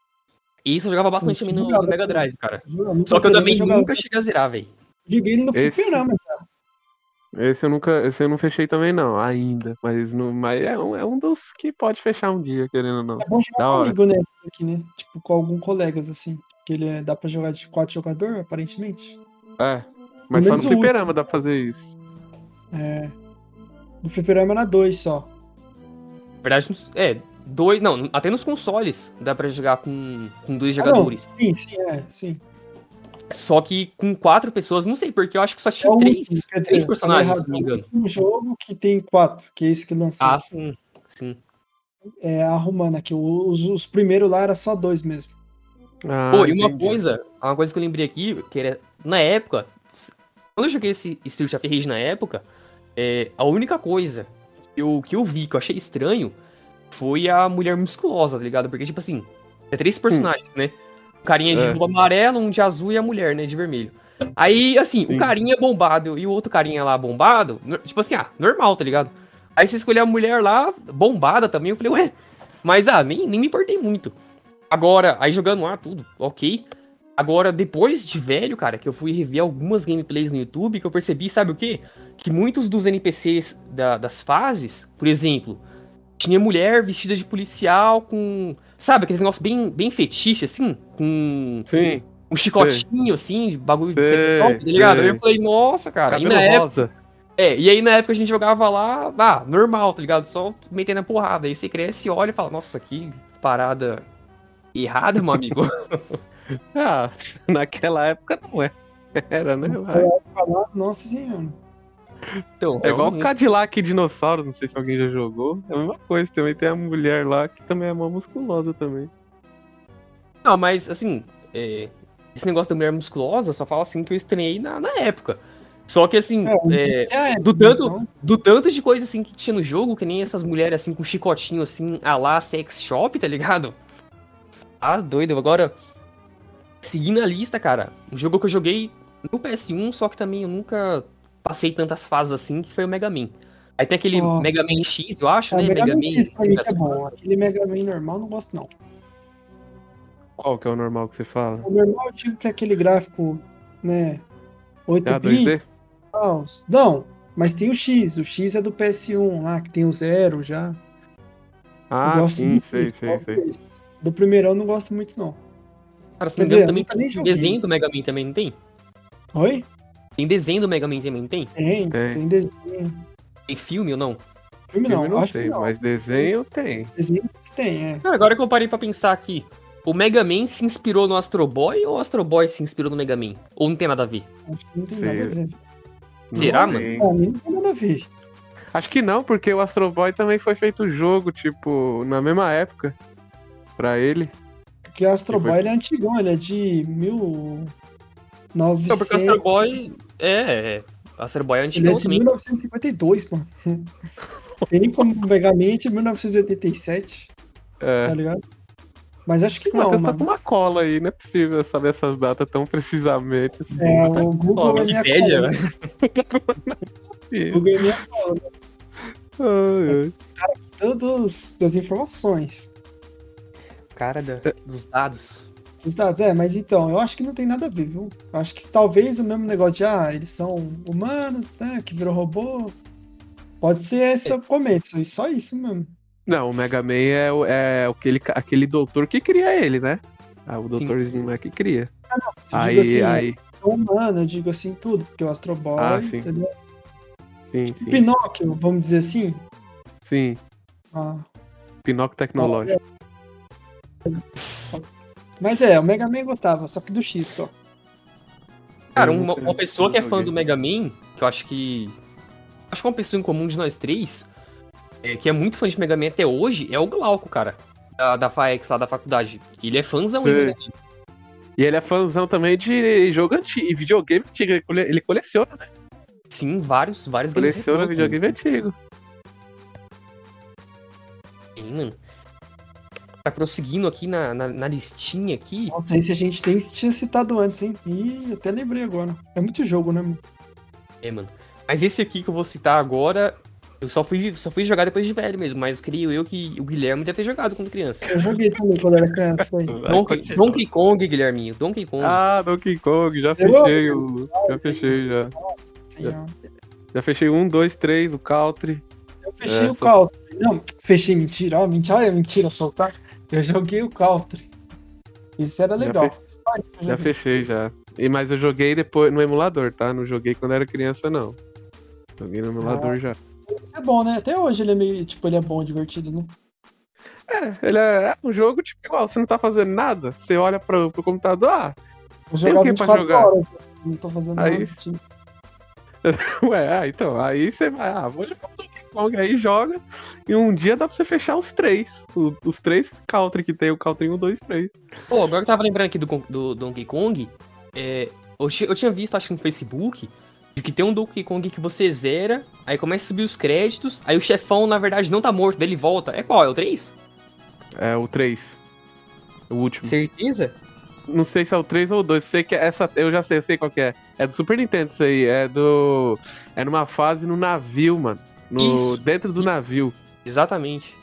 S3: E isso eu jogava bastante também no, no
S1: Jogava
S3: Mega
S1: também.
S3: Drive, cara.
S1: Eu nunca
S3: Só que eu
S1: zerei,
S3: também
S1: mas jogava.
S3: nunca cheguei a zerar, velho.
S1: Joguei ele no
S2: Esse-
S1: fliperama.
S2: Esse eu nunca, esse eu não fechei também não, ainda. Mas, no, mas é, um, é um dos que pode fechar um dia, querendo ou não.
S1: É bom jogar
S2: Da
S1: com
S2: hora.
S1: amigo nesse aqui, né? Tipo, com alguns colegas, assim. Que ele é- dá pra jogar de quatro jogadores, aparentemente.
S2: É, mas só
S1: menos
S2: no
S1: o último.
S2: fliperama dá pra fazer isso.
S1: É. No fliperama era dois só.
S3: Na verdade, nos- é, dois. Não, até nos consoles dá pra jogar com, com dois
S1: Ah, não.
S3: jogadores.
S1: Sim, sim, é, sim.
S3: Só que com quatro pessoas, não sei, porque eu acho que só
S1: É
S3: tinha
S1: o
S3: três,
S1: último, quer dizer,
S3: três personagens,
S1: falei
S3: se não me
S1: errado,
S3: engano.
S1: é o último jogo que tem quatro, que é esse que lançou.
S3: Ah, sim, sim.
S1: É arrumando aqui. Os, os primeiros lá era só dois mesmo.
S2: Ah,
S3: Pô, e uma
S2: entendi.
S3: coisa, uma coisa que eu lembrei aqui, que era, na época, quando eu joguei esse Street of Rage na época, é, a única coisa que eu, que eu vi, que eu achei estranho, foi a mulher musculosa, tá ligado? Porque, tipo assim, é três personagens, né? Um carinha de
S2: É.
S3: roupa amarelo, um de azul e a mulher, né, de vermelho. Aí, assim,
S2: Sim.
S3: o carinha bombado e o outro carinha lá bombado, no- tipo assim, ah, normal, tá ligado? Aí você escolheu a mulher lá, bombada também, eu falei, ué, mas ah, nem, nem me importei muito. Agora, aí jogando lá, tudo, ok. Agora, depois de velho, cara, que eu fui rever algumas gameplays no YouTube, que eu percebi, sabe o quê? Que muitos dos N P Cs da- das fases, por exemplo, tinha mulher vestida de policial com... Sabe, aqueles negócios bem, bem fetiche, assim? Com
S2: Sim,
S3: um chicotinho, assim, de bagulho de
S2: Sei,
S3: sexual, tá ligado?
S2: sei.
S3: Aí eu falei, nossa, cara. E
S2: cabelo
S3: na época,
S2: rosa.
S3: é, e aí na época a gente jogava lá, ah, normal, tá ligado? Só metendo a porrada. Aí você cresce, olha e fala, nossa, que parada errada, meu amigo.
S2: Ah, naquela época não é. Era, né? Vai.
S1: Eu ia falar, nossa senhora.
S3: Então,
S2: É igual o
S3: realmente.
S2: Cadillac Dinossauro, não sei se alguém já jogou. É a mesma coisa, também tem a mulher lá que também é mó musculosa também.
S3: Não, mas assim, é, esse negócio da mulher musculosa só fala assim que eu estranhei na, na época. Só que assim,
S1: É,
S3: é,
S1: é, é,
S3: do, tanto,
S1: então,
S3: do tanto de coisa assim que tinha no jogo, que nem essas mulheres assim com chicotinho assim, a lá sex shop, tá ligado? Ah, doido. Agora, seguindo a lista, cara, um jogo que eu joguei no P S um, só que também eu nunca passei tantas fases assim, que foi o Mega Man. Aí tem aquele
S1: Nossa.
S3: Mega Man X, eu acho,
S1: é,
S3: né?
S1: Mega Man
S3: Man
S1: X pra mim que é
S3: Fim das
S1: bom. Aquele Mega Man normal não gosto, não.
S2: Qual que é o normal que você fala?
S1: O normal eu digo que é aquele gráfico, né, oito
S2: É a dois D?
S1: bits e tal. Não, mas tem o X. O X é do P S um lá, que tem o zero já. Eu
S2: Ah,
S1: gosto
S2: sim,
S1: do
S2: sei,
S1: X,
S2: sei,
S1: gosto
S2: sei.
S1: desse. Do primeirão eu não gosto muito, não.
S3: Cara, se
S1: Quer
S3: não me
S1: dizer,
S3: engano,
S1: eu
S3: também
S1: nunca nem
S3: tem
S1: joguei.
S3: desenho do Mega Man também, não tem?
S1: Oi?
S3: Tem desenho do Mega Man também, não tem?
S1: Tem,
S2: Tem.
S1: tem desenho.
S3: Tem filme ou não?
S1: Filme
S2: Filme
S1: não,
S2: não
S1: acho
S2: sei,
S1: que não.
S2: mas desenho tem.
S1: Desenho que tem, é.
S3: Cara, agora que eu parei pra pensar aqui, o Mega Man se inspirou no Astro Boy ou o Astro Boy se inspirou no Mega Man? Ou não tem nada a ver?
S1: Acho que não tem
S2: Sei.
S1: nada a ver.
S3: Será,
S2: Não
S3: mano?
S2: sei.
S1: Pra mim não tem nada a ver.
S2: Acho que não, porque o Astro Boy também foi feito jogo, tipo, na mesma época. Pra ele.
S1: Porque Astro
S2: Que foi-
S1: Boy ele é antigão, ele é de mil e
S3: Não, porque o Astro
S1: novecentos.
S3: Boy é. é. Astro Boy é
S1: Ele é
S3: antigão
S1: de
S3: também.
S1: mil novecentos e cinquenta e dois, mano. Tem como Mega Man de mil novecentos e oitenta e sete,
S2: É.
S1: tá ligado? Mas acho que
S2: O
S1: não,
S2: Matheus tá com
S1: mano.
S2: uma cola aí, não é possível saber essas datas tão precisamente. Assim.
S1: É,
S2: Tá
S1: o Google
S2: cola,
S1: é minha
S3: Wikipédia,
S1: cola.
S3: velho.
S1: O
S2: possível.
S1: Google é minha cola.
S2: Ai, ai.
S1: Todas as informações.
S3: Cara da- dos dados.
S1: Os dados, é, mas então, eu acho que não tem nada a ver, viu? Eu acho que talvez o mesmo negócio de, ah, eles são humanos, né, que virou robô. Pode ser esse o começo, e só isso mesmo.
S2: Não, o Mega Man é, o- é aquele, ca- aquele doutor que cria ele, né? Ah, o doutorzinho lá que cria.
S1: Eu
S2: Aí,
S1: digo assim,
S2: aí.
S1: é humano, eu digo assim tudo, porque o Astro Boy,
S2: Ah, sim.
S1: entendeu?
S2: Sim,
S1: O
S2: sim.
S1: Pinóquio, vamos dizer assim.
S2: Sim.
S1: Ah,
S2: Pinóquio tecnológico.
S1: mas é, o Mega Man eu gostava, só que do X só.
S3: Cara,
S2: Eu
S3: uma,
S2: nunca-
S3: uma pessoa que é fã
S2: joguei.
S3: do Mega Man, que eu acho que. Acho que é uma pessoa em comum de nós três, é, que é muito fã de Mega Man até hoje, é o Glauco, cara. Da, da FAEX lá da faculdade. Ele é fãzão de
S2: Sei.
S3: Mega Man.
S2: E ele é fãzão também de jogo antigo, e videogame antigo. Ele cole- Ele coleciona, né?
S3: Sim, vários, vários games
S2: Coleciona
S3: retrô
S2: videogame antigo.
S3: também, mano. Tá prosseguindo aqui na, na, na listinha aqui.
S1: Não sei se a gente nem tinha citado antes, hein? Ih, até lembrei agora. É muito jogo, né, mano?
S3: É, mano. Mas esse aqui que eu vou citar agora, eu só fui, só fui jogar depois de velho mesmo, mas creio eu que o Guilherme deve ter jogado quando criança.
S1: Eu joguei também quando era criança aí.
S2: Vai,
S3: Donkey,
S2: continua.
S3: Donkey Kong, Guilherminho. Donkey Kong.
S2: Ah, Donkey Kong, já
S1: Eu-
S2: fechei o. Já fechei já.
S1: Assim, ó.
S2: Já fechei um, dois, três, o Country.
S1: Eu fechei
S2: É,
S1: o
S2: só-
S1: Country. Não, fechei, mentira. Ó, mentira, olha, mentira, soltar. Eu joguei o Country. Isso era legal. Só isso que eu
S2: Já
S1: joguei.
S2: fechei já. E, mas eu joguei depois no emulador, tá? Não joguei quando era criança, não. Joguei no emulador
S1: Ah.
S2: já.
S1: É bom, né? Até hoje ele é meio, tipo, ele é bom, divertido, né?
S2: É, ele é, é um jogo, tipo, igual, você não tá fazendo nada, você olha pro, pro computador, ah,
S1: Eu
S2: Tem
S1: jogava
S2: o que
S1: vinte e
S2: pra
S1: quatro
S2: jogar?
S1: horas. Não tô fazendo
S2: Aí-
S1: nada. Tipo,
S2: ué, ah, então, aí você vai, ah, vou jogar o Donkey Kong, aí joga, e um dia dá pra você fechar os três, o- os três Country que tem, o Country um, dois, três.
S3: Pô, agora que eu tava lembrando aqui do, Con- do Donkey Kong, é, eu, ti- eu tinha visto, acho que no Facebook, de que tem um Donkey Kong que você zera, aí começa a subir os créditos, aí o chefão, na verdade, não tá morto, daí ele volta. É qual? É o três?
S2: É o três, o último.
S3: Certeza?
S2: Não sei se é o três ou o dois, sei que é essa, eu já sei, eu sei qual que é. É do Super Nintendo isso aí, é do... É numa fase no navio, mano, no,
S3: Isso,
S2: dentro do
S3: isso.
S2: navio.
S3: Exatamente.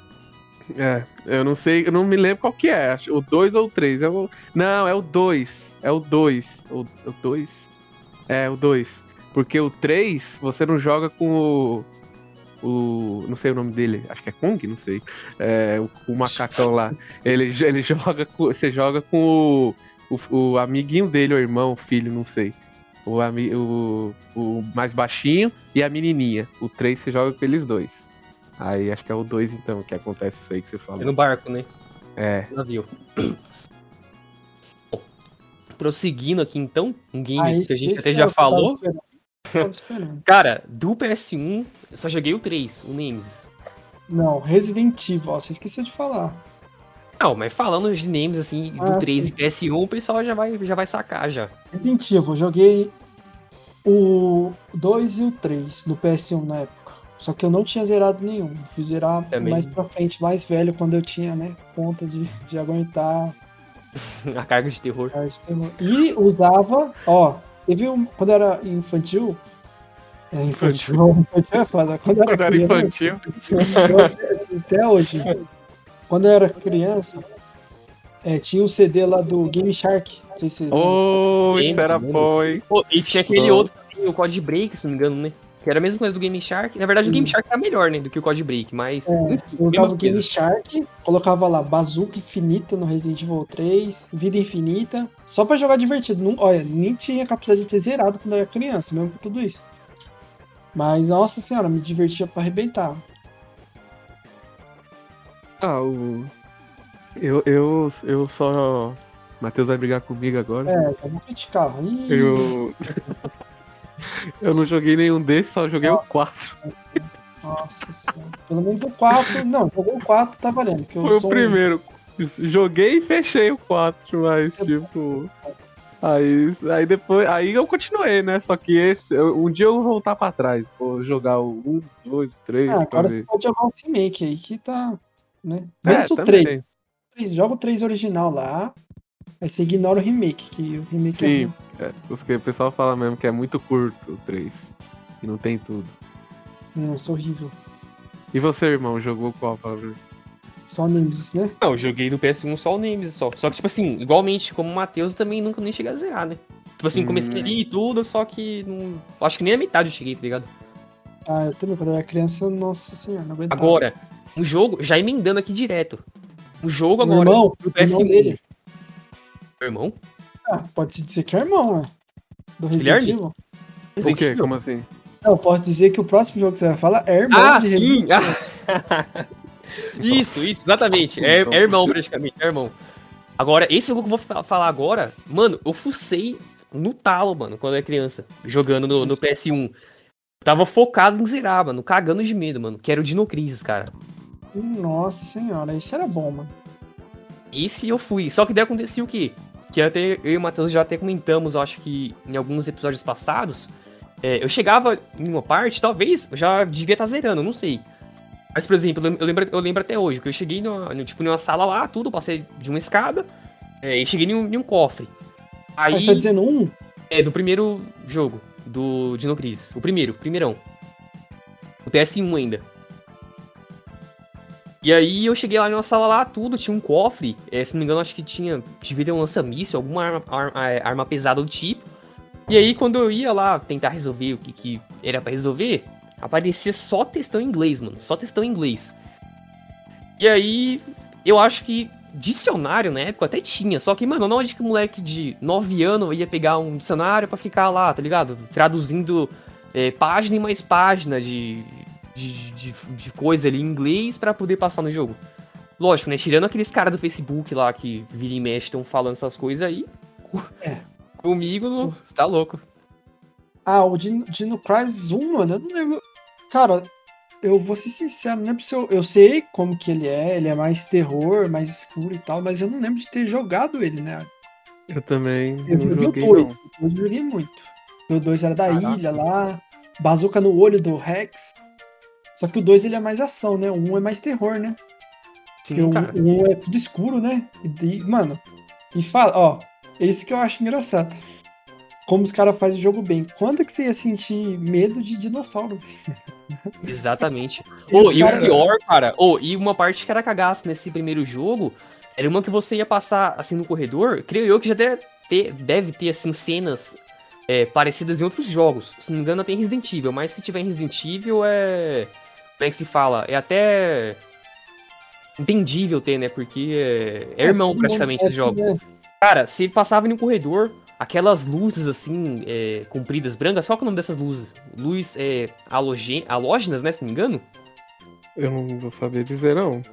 S2: É, eu não sei, eu não me lembro qual que é, acho- o dois ou o três, é o... Não, é o dois, é o dois, o dois? É, o dois, porque o três você não joga com o... O, não sei o nome dele, acho que é Kong, não sei. É, o, o macacão lá. Ele, ele joga com, você joga com o, o, o amiguinho dele, o irmão, o filho, não sei. O, ami, o, o mais baixinho e a menininha. O três você joga com eles dois. Aí acho que é o dois então que acontece isso aí que você
S3: É
S2: falou.
S3: no barco, né?
S2: É.
S3: Já viu. Bom, prosseguindo aqui então, um game
S1: Ah,
S3: que a gente
S1: esse
S3: até
S1: é
S3: já
S1: o que eu tava
S3: falou.
S1: esperando. Eu tava esperando.
S3: Cara, do P S um, eu só joguei o três, o Nemesis.
S1: Não, Resident Evil, ó, você esqueceu de falar.
S3: Não, mas falando de names assim, do
S1: Ah,
S3: três
S1: sim.
S3: e P S um, o pessoal já vai, já vai sacar já.
S1: Resident Evil, eu joguei o dois e o três no P S um na época. Só que eu não tinha zerado nenhum. Fui zerar
S3: Também.
S1: mais pra frente, mais velho, quando eu tinha, né, conta de, de aguentar.
S3: A carga de terror.
S1: cara de terror. E usava, ó, teve um, quando era infantil. É, infantil, infantil é foda. Quando era
S2: Quando era
S1: criança,
S2: infantil.
S1: eu- até hoje. Quando eu era criança, é, tinha um C D lá do Game Shark. Não sei se vocês lembram.
S2: Oh, isso
S3: Lembro,
S2: era
S3: lembro.
S2: bom, hein?
S3: Pô, e tinha aquele
S2: Bom.
S3: outro, também, o Code Break, se não me engano, né? Que era a mesma coisa do Game Shark. Na verdade, o Game
S1: Sim.
S3: Shark era melhor, né? Do que o Code Break, mas.
S1: É,
S3: enfim,
S1: eu
S3: mesma
S1: usava o Game
S3: coisa.
S1: Shark, colocava lá Bazooka Infinita no Resident Evil três, Vida Infinita, só pra jogar divertido. Não, olha, nem tinha capacidade de ter zerado quando eu era criança, mesmo com tudo isso. Mas, nossa senhora, me divertia pra arrebentar.
S2: Ah, o. Eu, eu, eu só. Matheus vai brigar comigo agora.
S1: É, já vou criticar. Ih,
S2: Eu. Eu não joguei nenhum desses, só joguei
S1: Nossa.
S2: o quatro.
S1: nossa senhora. Pelo menos o quatro. Não, jogou o quatro, tá valendo. Que eu
S2: Foi o
S1: sou um-
S2: primeiro. Joguei e fechei o quatro, mas tipo. Aí, aí depois. Aí eu continuei, né? Só que esse. eu- um dia eu vou voltar pra trás. Vou jogar o um, dois, três,
S1: Ah,
S2: pra
S1: agora você
S2: ver.
S1: pode jogar o remake aí, que tá. Né?
S2: É,
S1: Menos o
S2: também.
S1: três. três. Joga o três original lá. Aí você ignora o remake, que o remake é
S2: Sim,
S1: ruim.
S2: é, porque o pessoal fala mesmo que é muito curto o três. E não tem tudo.
S1: Nossa, horrível.
S2: E você, irmão, jogou qual pra ver?
S1: Só Nemesis, né?
S3: Não, eu joguei do P S um só o Nemesis só. Só que, tipo assim, igualmente como o Matheus, eu também nunca nem cheguei a zerar, né? Tipo assim, comecei
S2: Hum.
S3: ali e tudo, só que não. Acho que nem a metade eu cheguei, tá ligado?
S1: Ah, eu também, quando eu era criança, nossa senhora, não aguentava.
S3: Agora, um jogo, já emendando aqui direto. Um jogo
S1: O
S3: agora
S1: irmão,
S3: do
S1: o
S3: P S um.
S1: irmão dele.
S3: Meu irmão?
S1: Ah, pode-se dizer que é irmão, né? Do Resident
S3: Guilherme?
S1: Evil.
S2: O
S3: Resident
S2: quê?
S3: Evil?
S2: Como assim?
S1: Não, posso dizer que o próximo jogo que você vai falar é irmão
S3: Ah,
S1: de
S3: sim!
S1: Resident
S3: Ah. Isso, isso, exatamente. É, é irmão, praticamente, é irmão. Agora, esse jogo que eu vou fa- falar agora, mano, eu fucei no talo, mano, quando eu era criança, jogando no, no P S um. Tava focado em zerar, mano, cagando de medo, mano, que era o Dino Crisis, cara.
S1: Nossa senhora, isso era bom, mano.
S3: Esse eu fui. Só que daí acontecia o quê? Que até eu e o Matheus já até comentamos, eu acho que em alguns episódios passados, é, eu chegava em uma parte, talvez, eu já devia estar zerando, não sei. Mas, por exemplo, eu lembro, eu lembro até hoje, que eu cheguei numa, no- tipo, numa sala lá, tudo, passei de uma escada, é, e cheguei em um, em um cofre. Aí,
S1: Mas tá dizendo um?
S3: é, do primeiro jogo, do Dino Crisis. O primeiro, primeirão. O P S um ainda. E aí eu cheguei lá numa sala lá, tudo, tinha um cofre. É, se não me engano, acho que tinha. Devia ter um lança-míssil, alguma arma, arma, é, arma pesada do tipo. E aí, quando eu ia lá tentar resolver o que, que era pra resolver, aparecia só textão em inglês, mano. Só textão em inglês. E aí, eu acho que dicionário na época até tinha. Só que, mano, onde que um moleque de nove anos ia pegar um dicionário pra ficar lá, tá ligado? Traduzindo é, página e mais página de, de, de, de coisa ali em inglês pra poder passar no jogo. Lógico, né? Tirando aqueles caras do Facebook lá que vira e mexe estão falando essas coisas aí.
S1: É.
S3: Comigo, não, você tá louco.
S1: Ah, o Dino, Dino Crisis um, mano, eu não lembro. Cara, eu vou ser sincero, não lembro se eu. Eu sei como que ele é, ele é mais terror, mais escuro e tal, mas eu não lembro de ter jogado ele, né?
S2: Eu também
S1: Eu
S2: não
S1: joguei
S2: joguei,
S1: o dois.
S2: não.
S1: O dois eu joguei muito. O dois era da
S3: Caraca.
S1: ilha lá, bazuca no olho do Rex. Só que o dois ele é mais ação, né? O um é mais terror, né? Porque
S3: Sim,
S1: o
S3: cara.
S1: o um é tudo escuro, né? E, e, mano, e fala, ó, esse que eu acho engraçado. Como os caras fazem o jogo bem. Quando é que você ia sentir medo de dinossauro?
S3: Exatamente.
S1: E
S3: Oh,
S1: os
S3: e
S1: cara-
S3: o pior, cara, oh, e uma parte que era cagaço nesse primeiro jogo, era uma que você ia passar assim no corredor, creio eu que já deve ter, deve ter assim, cenas é, parecidas em outros jogos. Se não me engano, tem Resident Evil, mas se tiver em Resident Evil é. Como é que se fala? É até entendível ter, né? Porque é, é irmão
S1: todo mundo-
S3: praticamente
S1: é
S3: dos jogos.
S1: tudo-
S3: Cara, se passava em um corredor, aquelas luzes assim, é, compridas, brancas, qual que é o nome dessas luzes? Luz é, halogen, halógenas, né? Se não me engano?
S2: Eu não vou saber dizer, não.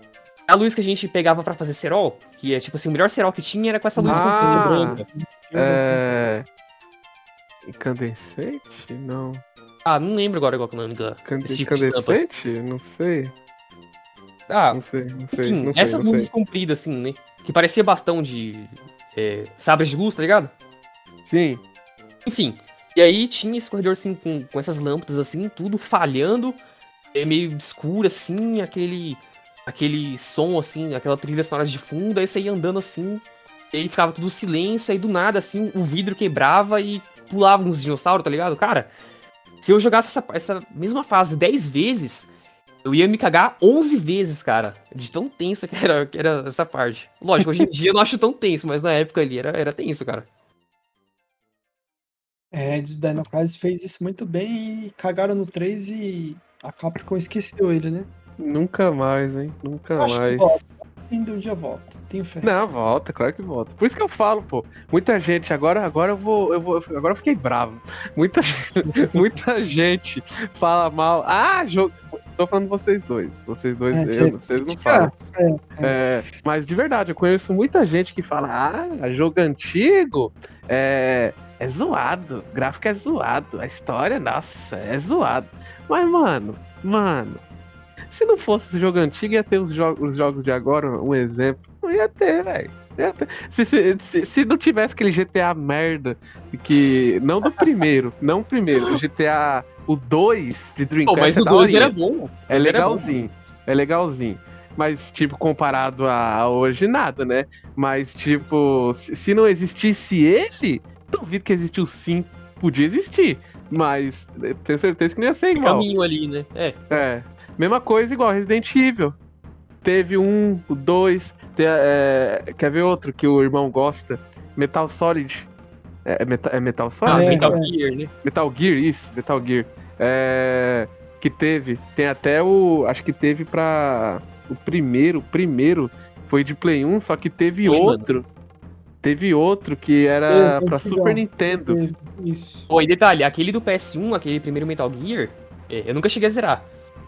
S3: A luz que a gente pegava pra fazer cerol, que é tipo assim, o melhor cerol que tinha era com essa luz
S2: Ah,
S3: branca.
S2: É... Incandescente? Não.
S3: Ah, não lembro agora qual que é o nome da,
S2: Cande-
S3: desse tipo de lâmpada.
S2: Incandescente? Não sei.
S3: Ah,
S2: Não sei, não sei.
S3: enfim,
S2: não sei,
S3: essas
S2: não
S3: luzes
S2: sei.
S3: compridas assim, né? Que parecia bastão de é, sabres de luz, tá ligado?
S2: Sim.
S3: Enfim, e aí tinha esse corredor assim, com, com essas lâmpadas assim, tudo falhando, é meio escuro assim, aquele aquele som assim, aquela trilha sonora de fundo, aí você ia andando assim, e aí ficava tudo silêncio, aí do nada assim, o vidro quebrava e pulava uns dinossauros, tá ligado? Cara, se eu jogasse essa, essa mesma fase dez vezes, eu ia me cagar onze vezes, cara, de tão tenso que era, que era essa parte. Lógico, hoje em dia eu não acho tão tenso, mas na época ali era, era tenso, cara.
S1: É, de Dino Crisis fez isso muito bem e cagaram no três e a Capcom esqueceu ele, né?
S2: Nunca mais, hein? Nunca
S1: Acho que
S2: mais.
S1: volta. Ainda um dia volta. Tenho fé.
S2: Não, volta, claro que volta. Por isso que eu falo, pô. Muita gente, agora, agora eu vou, eu vou. Agora eu fiquei bravo. Muita, muita gente fala mal. Ah, jogo. Tô falando vocês dois. Vocês dois,
S1: É,
S2: eu,
S1: gente,
S2: vocês não
S1: cara,
S2: falam.
S1: é, é.
S2: É, mas de verdade, eu conheço muita gente que fala: ah, jogo antigo é, é zoado, o gráfico é zoado, a história, nossa, é zoado. Mas, mano, mano, se não fosse o jogo antigo, ia ter os, jo os jogos de agora, um exemplo. Não ia ter, velho. Se, se, se, se não tivesse aquele G T A merda, que. Não do primeiro, não o primeiro, o G T A. O dois de
S3: Pô,
S2: Dreamcast
S3: mas
S2: é
S3: o dois
S2: daorinha.
S3: era bom.
S2: É
S3: O dois era bom.
S2: legalzinho, é legalzinho. Mas, tipo, comparado a hoje, nada, né? Mas, tipo, se se não existisse ele, duvido que existiu sim. Podia existir, mas eu tenho certeza que não ia ser
S3: Tem
S2: igual.
S3: caminho ali, né? É.
S2: É, mesma coisa igual Resident Evil. Teve um, o dois, te- é, quer ver outro que o irmão gosta? Metal Solid. É, é Meta- é Metal
S3: Ah,
S2: Solid?
S1: É,
S3: Metal
S1: é.
S3: Gear, né?
S2: Metal Gear, isso, Metal Gear. É, que teve, tem até o, acho que teve pra, o primeiro, o primeiro foi de Play um, só que teve
S3: Foi,
S2: outro, teve outro que era
S1: É,
S2: pra
S1: antigão.
S2: Super Nintendo.
S1: É, Isso.
S3: Pô, e detalhe, aquele do P S um, aquele primeiro Metal Gear, é, eu nunca cheguei a zerar.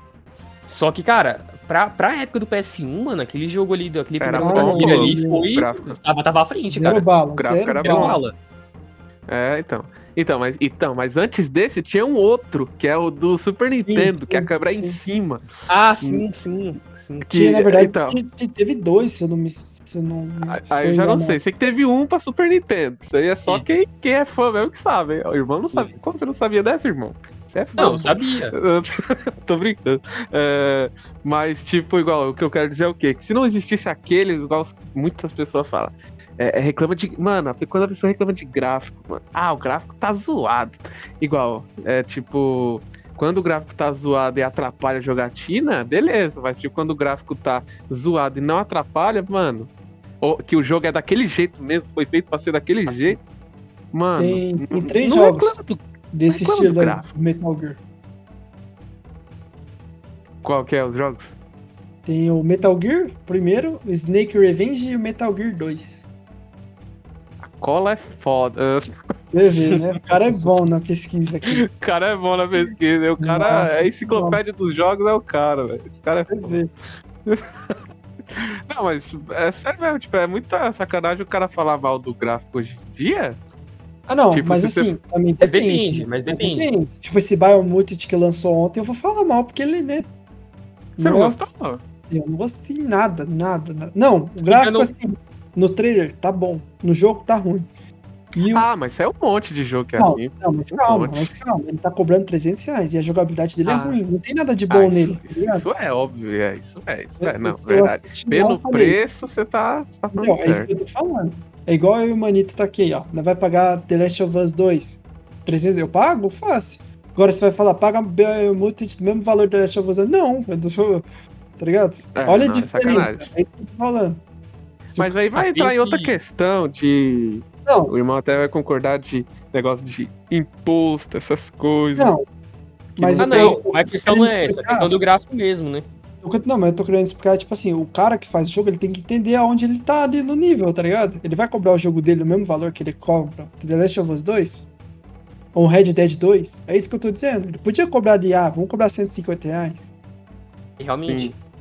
S3: Só que, cara, pra, pra época do P S um, mano, aquele jogo ali, aquele
S2: Era
S3: primeiro
S1: bom,
S3: Metal Gear ali
S1: o
S3: foi.
S2: gráfico.
S3: Tava, tava à frente,
S1: Zero
S3: cara.
S1: bala.
S2: O gráfico
S1: Zero
S2: era
S3: Era
S2: bom.
S1: bala.
S3: bala.
S2: É, então. Então mas, então, mas antes desse tinha um outro, que é o do Super Nintendo, que é a
S1: sim,
S2: câmera em
S1: sim.
S2: cima.
S3: Ah, sim, sim, sim.
S2: Que,
S1: Tinha, na verdade,
S2: então,
S1: te- te- teve dois, se eu não me. Se eu não,
S2: aí
S1: estou
S2: aí eu já não
S1: enganado.
S2: sei. Sei que teve um pra Super Nintendo. Isso aí é só
S3: Sim.
S2: quem, quem é fã mesmo que sabe. hein? O irmão não sabia. Como você não sabia dessa, irmão? Você é fã.
S3: Não, eu sabia.
S2: Tô brincando. É, mas, tipo, igual, o que eu quero dizer é o quê? Que se não existisse aquele, igual muitas pessoas falam, é, é reclama de. Mano, quando a pessoa reclama de gráfico, mano, ah, o gráfico tá zoado. Igual, é tipo. Quando o gráfico tá zoado e atrapalha a jogatina, beleza. Mas, tipo, quando o gráfico tá zoado e não atrapalha, mano. Ou que o jogo é daquele jeito mesmo, foi feito pra ser daquele
S3: Assim.
S2: jeito. Mano.
S1: Tem,
S2: n-
S1: tem três
S2: não
S1: jogos
S2: reclama do-
S1: desse
S2: reclama
S1: estilo
S2: do
S1: da
S2: gráfico.
S1: Metal Gear.
S2: Qual que é os jogos?
S1: Tem o Metal Gear, primeiro, o Snake Revenge e o Metal Gear dois.
S2: Cola é foda.
S1: Você vê, né? O cara é bom na pesquisa aqui.
S2: O cara é bom na pesquisa. O cara
S1: Nossa,
S2: é a enciclopédia dos jogos, é o cara, velho. Esse cara é
S1: Você
S2: foda.
S1: vê.
S2: Não, mas é sério mesmo, tipo, é muita sacanagem o cara falar mal do gráfico hoje em dia.
S1: Ah, não,
S2: Tipo,
S1: mas
S2: se você-
S1: assim, também
S3: Mas
S1: depende.
S3: depende, mas depende.
S1: Tipo, esse Biomutant que lançou ontem, eu vou falar mal, porque ele, né?
S2: Você não
S1: é-
S2: gostou?
S1: Eu não gostei nada, nada, nada. Não, o gráfico,
S3: não-
S1: assim, no trailer tá bom, no jogo tá ruim. E o...
S2: Ah, mas é um monte de jogo que é
S1: não,
S2: assim.
S1: não, mas
S2: um
S1: calma,
S2: monte.
S1: mas calma. Ele tá cobrando trezentos reais e a jogabilidade dele é
S2: Ah.
S1: ruim. Não tem nada de bom
S2: Ah,
S1: nele,
S2: isso,
S1: tá ligado?
S2: isso é óbvio, é, isso é, isso é, não,
S1: Eu- eu
S2: verdade.
S1: assisti lá, eu
S2: Pelo
S1: falei,
S2: preço, você tá, você tá falando
S1: Então, é isso
S2: certo.
S1: que eu tô falando. É igual eu e o Manito tá aqui, ó. Nós vai pagar The Last of Us dois. trezentos eu pago? Fácil. Agora você vai falar, paga Biomutant do mesmo valor do The Last of Us dois. Não, eu tô... Tá ligado?
S2: É,
S1: Olha
S2: não,
S1: a
S2: é
S1: diferença.
S2: sacanagem.
S1: É isso que eu tô falando. Se
S2: Mas aí vai
S3: Ah,
S2: entrar em
S3: tem
S2: outra
S3: que-
S2: questão de.
S1: Não,
S2: O irmão até vai concordar de negócio de imposto, essas coisas.
S1: não. Mas
S3: Ah,
S1: eu
S3: não,
S1: tô-
S3: mas a questão não é essa, a
S1: explicar.
S3: questão do gráfico mesmo, né?
S1: eu- Não, mas eu tô querendo explicar, tipo assim, o cara que faz o jogo, ele tem que entender aonde ele tá ali no nível, tá ligado? Ele vai cobrar o jogo dele no mesmo valor que ele cobra do The Last of Us dois? Ou Red Dead dois? É isso que eu tô dizendo. Ele podia cobrar ali, ah, vamos cobrar cento e cinquenta reais.
S3: E realmente.
S2: Sim.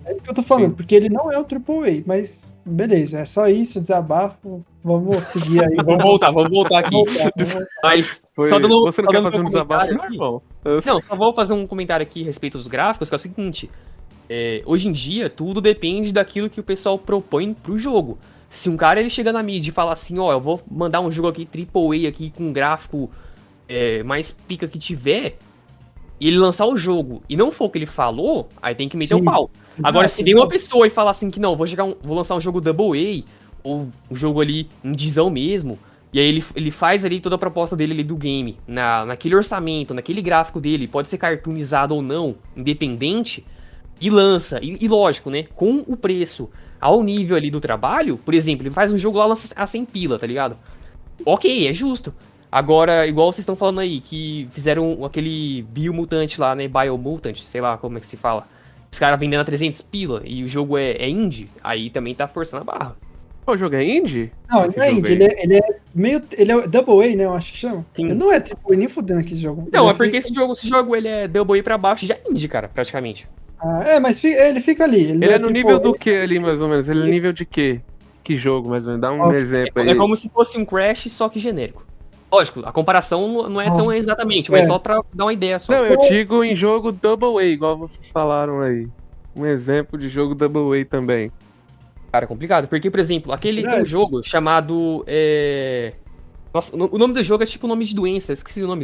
S1: É isso que eu tô falando,
S2: Sim.
S1: porque ele não é o Triple A, mas beleza, é só isso, desabafo. Vamos seguir aí.
S3: Vamos voltar, vamos voltar aqui.
S1: voltar, vamos voltar.
S3: Mas,
S2: Foi-
S3: só dando,
S2: Você não
S3: só
S2: quer
S3: dando
S2: fazer
S3: meu
S2: um desabafo,
S3: comentário
S2: não,
S3: aqui.
S2: irmão? Eu-
S3: Não, só vou fazer um comentário aqui a respeito dos gráficos, que é o seguinte. É, hoje em dia, tudo depende daquilo que o pessoal propõe pro jogo. Se um cara ele chega na mídia e fala assim, ó, eu vou mandar um jogo aqui Triple A aqui com um gráfico é, mais pica que tiver, e ele lançar o jogo e não for o que ele falou, aí tem que meter
S1: Sim.
S3: o pau. Agora,
S1: Exato,
S3: se vem uma
S1: exato.
S3: pessoa e fala assim que não, vou, jogar um- vou lançar um jogo Double A, ou um jogo ali indizão mesmo, e aí ele, ele faz ali toda a proposta dele ali do game, na, naquele orçamento, naquele gráfico dele, pode ser cartoonizado ou não, independente, e lança, e, e lógico, né, com o preço ao nível ali do trabalho, por exemplo, ele faz um jogo lá lança a cem pila, tá ligado? Ok, é justo. Agora, igual vocês estão falando aí, que fizeram aquele Biomutant lá, né, Biomutant, sei lá como é que se fala, os caras vendendo a trezentos pila, e o jogo é, é indie, aí também tá forçando a barra.
S2: O jogo é indie?
S1: Não,
S2: Esse
S1: ele não é
S2: jogo
S1: indie,
S2: aí.
S1: ele é, ele é meio. Ele é Double A, né? Eu acho que chama.
S3: Sim.
S1: Ele não é Triple A nem fudendo aquele jogo.
S3: Não,
S1: Ele
S3: é porque
S1: fica-
S3: esse jogo, esse jogo ele é Double A pra baixo, já é indie, cara, praticamente.
S1: Ah, é, mas fi- ele fica ali. Ele, não
S2: Ele é no
S1: Triple
S2: nível
S1: A.
S2: do que ali, mais ou menos? Ele é no nível de quê? Que jogo, mais ou menos? Dá um
S1: Nossa,
S2: exemplo aí.
S3: É como se fosse um Crash, só que genérico. Lógico, a comparação não- não é tão
S1: Nossa,
S3: exatamente, mas
S1: é.
S3: só pra dar uma ideia só.
S2: Não, eu digo em jogo Double A, igual vocês falaram aí. Um exemplo de jogo Double A também.
S3: Cara, complicado. Porque, por exemplo, aquele tem um
S1: Verdade.
S3: jogo chamado. É... Nossa, o nome do jogo é tipo nome de doença, eu esqueci o nome.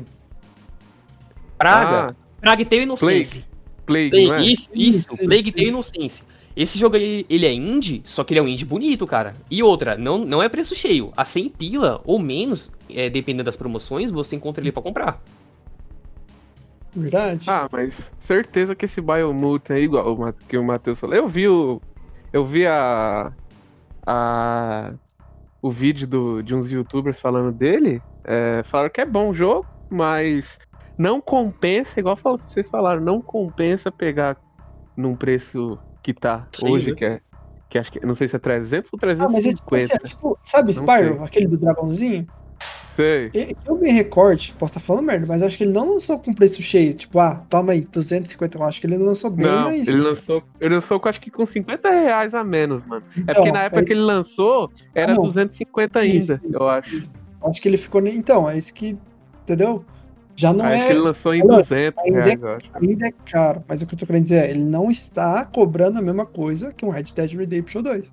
S3: Praga.
S2: Ah,
S3: Praga Tale Innocence.
S2: Plague,
S3: Plague,
S2: não é?
S3: Isso, isso,
S1: Isso,
S3: Plague Tale
S1: isso.
S3: Innocence. Esse jogo aí, ele é indie, só que ele é um indie bonito, cara. E outra, não, não é preço cheio. A cem pila ou menos, é, dependendo das promoções, você encontra ele pra comprar.
S1: Verdade.
S2: Ah, mas certeza que esse Biomutant é igual o Ma- que o Matheus falou. Eu vi o. Eu vi a. a o vídeo do, de uns youtubers falando dele. É, falaram que é bom o jogo, mas não compensa, igual fal- vocês falaram, não compensa pegar num preço que tá
S3: Cheio,
S2: hoje,
S3: né?
S2: que é. Que acho que. Não sei se é trezentos ou
S1: Ah, mas é tipo assim,
S2: trezentos e cinquenta.
S1: é tipo, sabe
S2: Não
S1: Spyro,
S2: sei.
S1: aquele do dragãozinho?
S2: Sei.
S1: E- Que eu me recorde, posso estar falando merda, mas eu acho que ele não lançou com preço cheio. Tipo, ah, toma aí, duzentos e cinquenta. Eu acho que ele lançou bem
S2: Não,
S1: mais.
S2: ele lançou, ele lançou com, acho que com cinquenta reais a menos, mano. É
S1: Então,
S2: porque na época
S1: é
S2: que ele lançou, era
S1: não.
S2: duzentos e cinquenta
S1: Isso,
S2: ainda, eu acho.
S1: isso. Acho que ele ficou. nem- Então, é isso que. Entendeu? Já não
S2: Acho
S1: é.
S2: que ele lançou em
S1: é lógico,
S2: duzentos
S1: ainda
S2: reais, eu acho.
S1: Ainda é caro, mas o que eu tô querendo dizer é, ele não está cobrando a mesma coisa que um Red Dead Redemption dois.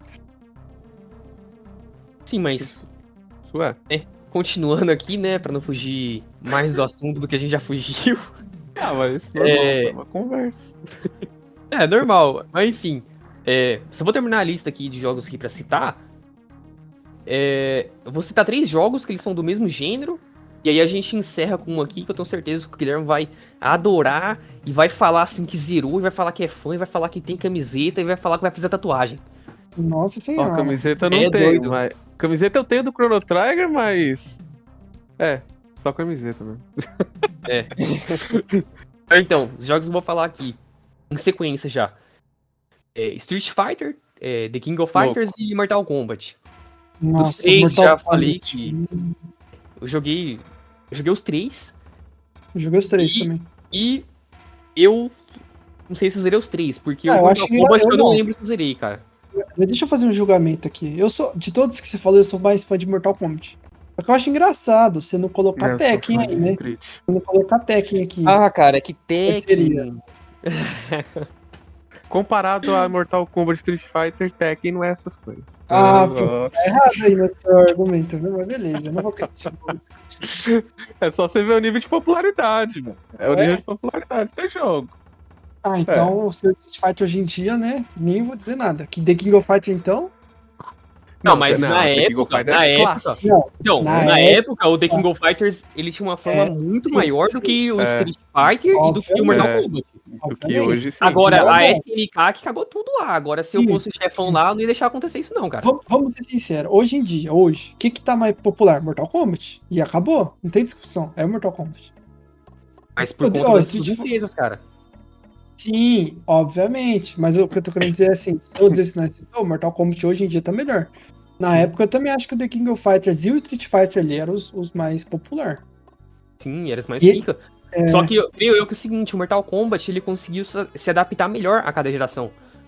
S3: Sim, mas
S2: Isso, isso é.
S3: continuando aqui, né, pra não fugir mais do assunto do que a gente já fugiu.
S2: Ah, mas normal,
S3: É.
S2: é uma conversa.
S3: É, normal. Mas enfim, é, só vou terminar a lista aqui de jogos aqui pra citar. É, eu vou citar três jogos que eles são do mesmo gênero. E aí a gente encerra com um aqui que eu tenho certeza que o Guilherme vai adorar. E vai falar assim que zerou, e vai falar que é fã, e vai falar que tem camiseta, e vai falar que vai fazer tatuagem.
S1: Nossa
S2: Ó,
S1: senhora.
S2: camiseta eu não
S3: É
S2: tenho,
S3: doido.
S2: mas. Camiseta eu tenho do Chrono Trigger, mas. É, só camiseta mesmo.
S3: É. Então, os jogos que eu vou falar aqui, em sequência já. É, Street Fighter, é, The King of Fighters e Mortal Kombat.
S1: Nossa,
S3: três,
S1: Mortal
S3: já
S1: Kombat.
S3: falei que- Eu joguei. Eu joguei os três.
S1: Eu joguei os três
S3: E-
S1: também.
S3: E eu não sei se eu zerei os três, porque
S1: Ah,
S3: o
S1: eu
S3: Mortal
S1: acho que
S3: Kombat
S1: eu
S3: eu não
S1: não.
S3: lembro se eu zerei, cara.
S1: Mas deixa eu fazer um julgamento aqui. Eu sou, de todos que você falou, eu sou mais fã de Mortal Kombat. Só que eu acho engraçado você não colocar
S2: É, eu sou
S1: Tekken
S2: fã
S1: aí,
S2: de
S1: né?
S2: Street.
S1: Você não colocar Tekken aqui.
S3: Ah, cara, que
S1: seria.
S3: Tekken.
S2: Comparado a Mortal Kombat Street Fighter, Tekken não é essas coisas.
S1: Ah,
S2: Eu
S1: pô,
S2: gosto.
S1: tá errado aí no seu argumento, viu? Mas beleza, eu não vou criticar.
S2: É só você ver o nível de popularidade, mano. É o
S1: É?
S2: nível de popularidade do jogo.
S1: Ah, então o seu Street Fighter hoje em dia, né? Nem vou dizer nada. Que The King of Fighter, então?
S3: Não, mas na
S2: The King of
S3: época,
S2: Fighter
S3: na
S2: é
S3: época,
S2: clássico.
S1: Não,
S3: então,
S1: Na
S3: na,
S1: época-
S3: época, o The King of Fighters, ele tinha uma fama
S1: É,
S3: muito
S1: sim,
S3: maior do
S1: sim.
S3: que o
S2: É.
S3: Street Fighter e do que o Mortal
S2: Obviamente.
S3: Kombat.
S2: Do que
S1: obviamente.
S2: hoje sim.
S3: Agora,
S1: Não,
S3: a
S1: não.
S3: S N K que cagou tudo lá. Agora, se eu
S1: Sim,
S3: fosse o chefão
S1: sim.
S3: lá, eu não ia deixar acontecer isso não, cara.
S1: Vamos, vamos ser sinceros, hoje em dia, hoje, o que que tá mais popular? Mortal Kombat. E acabou, não tem discussão, é Mortal Kombat.
S3: Mas por
S1: Ó,
S3: conta das
S1: Street
S3: suas
S1: Fighter-
S3: empresas, cara.
S1: Sim, obviamente, mas o que eu tô querendo dizer é assim, todos esses que nós citou, Mortal Kombat hoje em dia tá melhor. Na
S3: Sim.
S1: época eu também acho que o The King of Fighters e o Street Fighter ali eram os, os mais populares.
S3: Sim, eras mais
S1: E-
S3: pica.
S1: é.
S3: Só que eu creio eu que é o seguinte, o Mortal Kombat, ele conseguiu se se adaptar melhor a cada geração.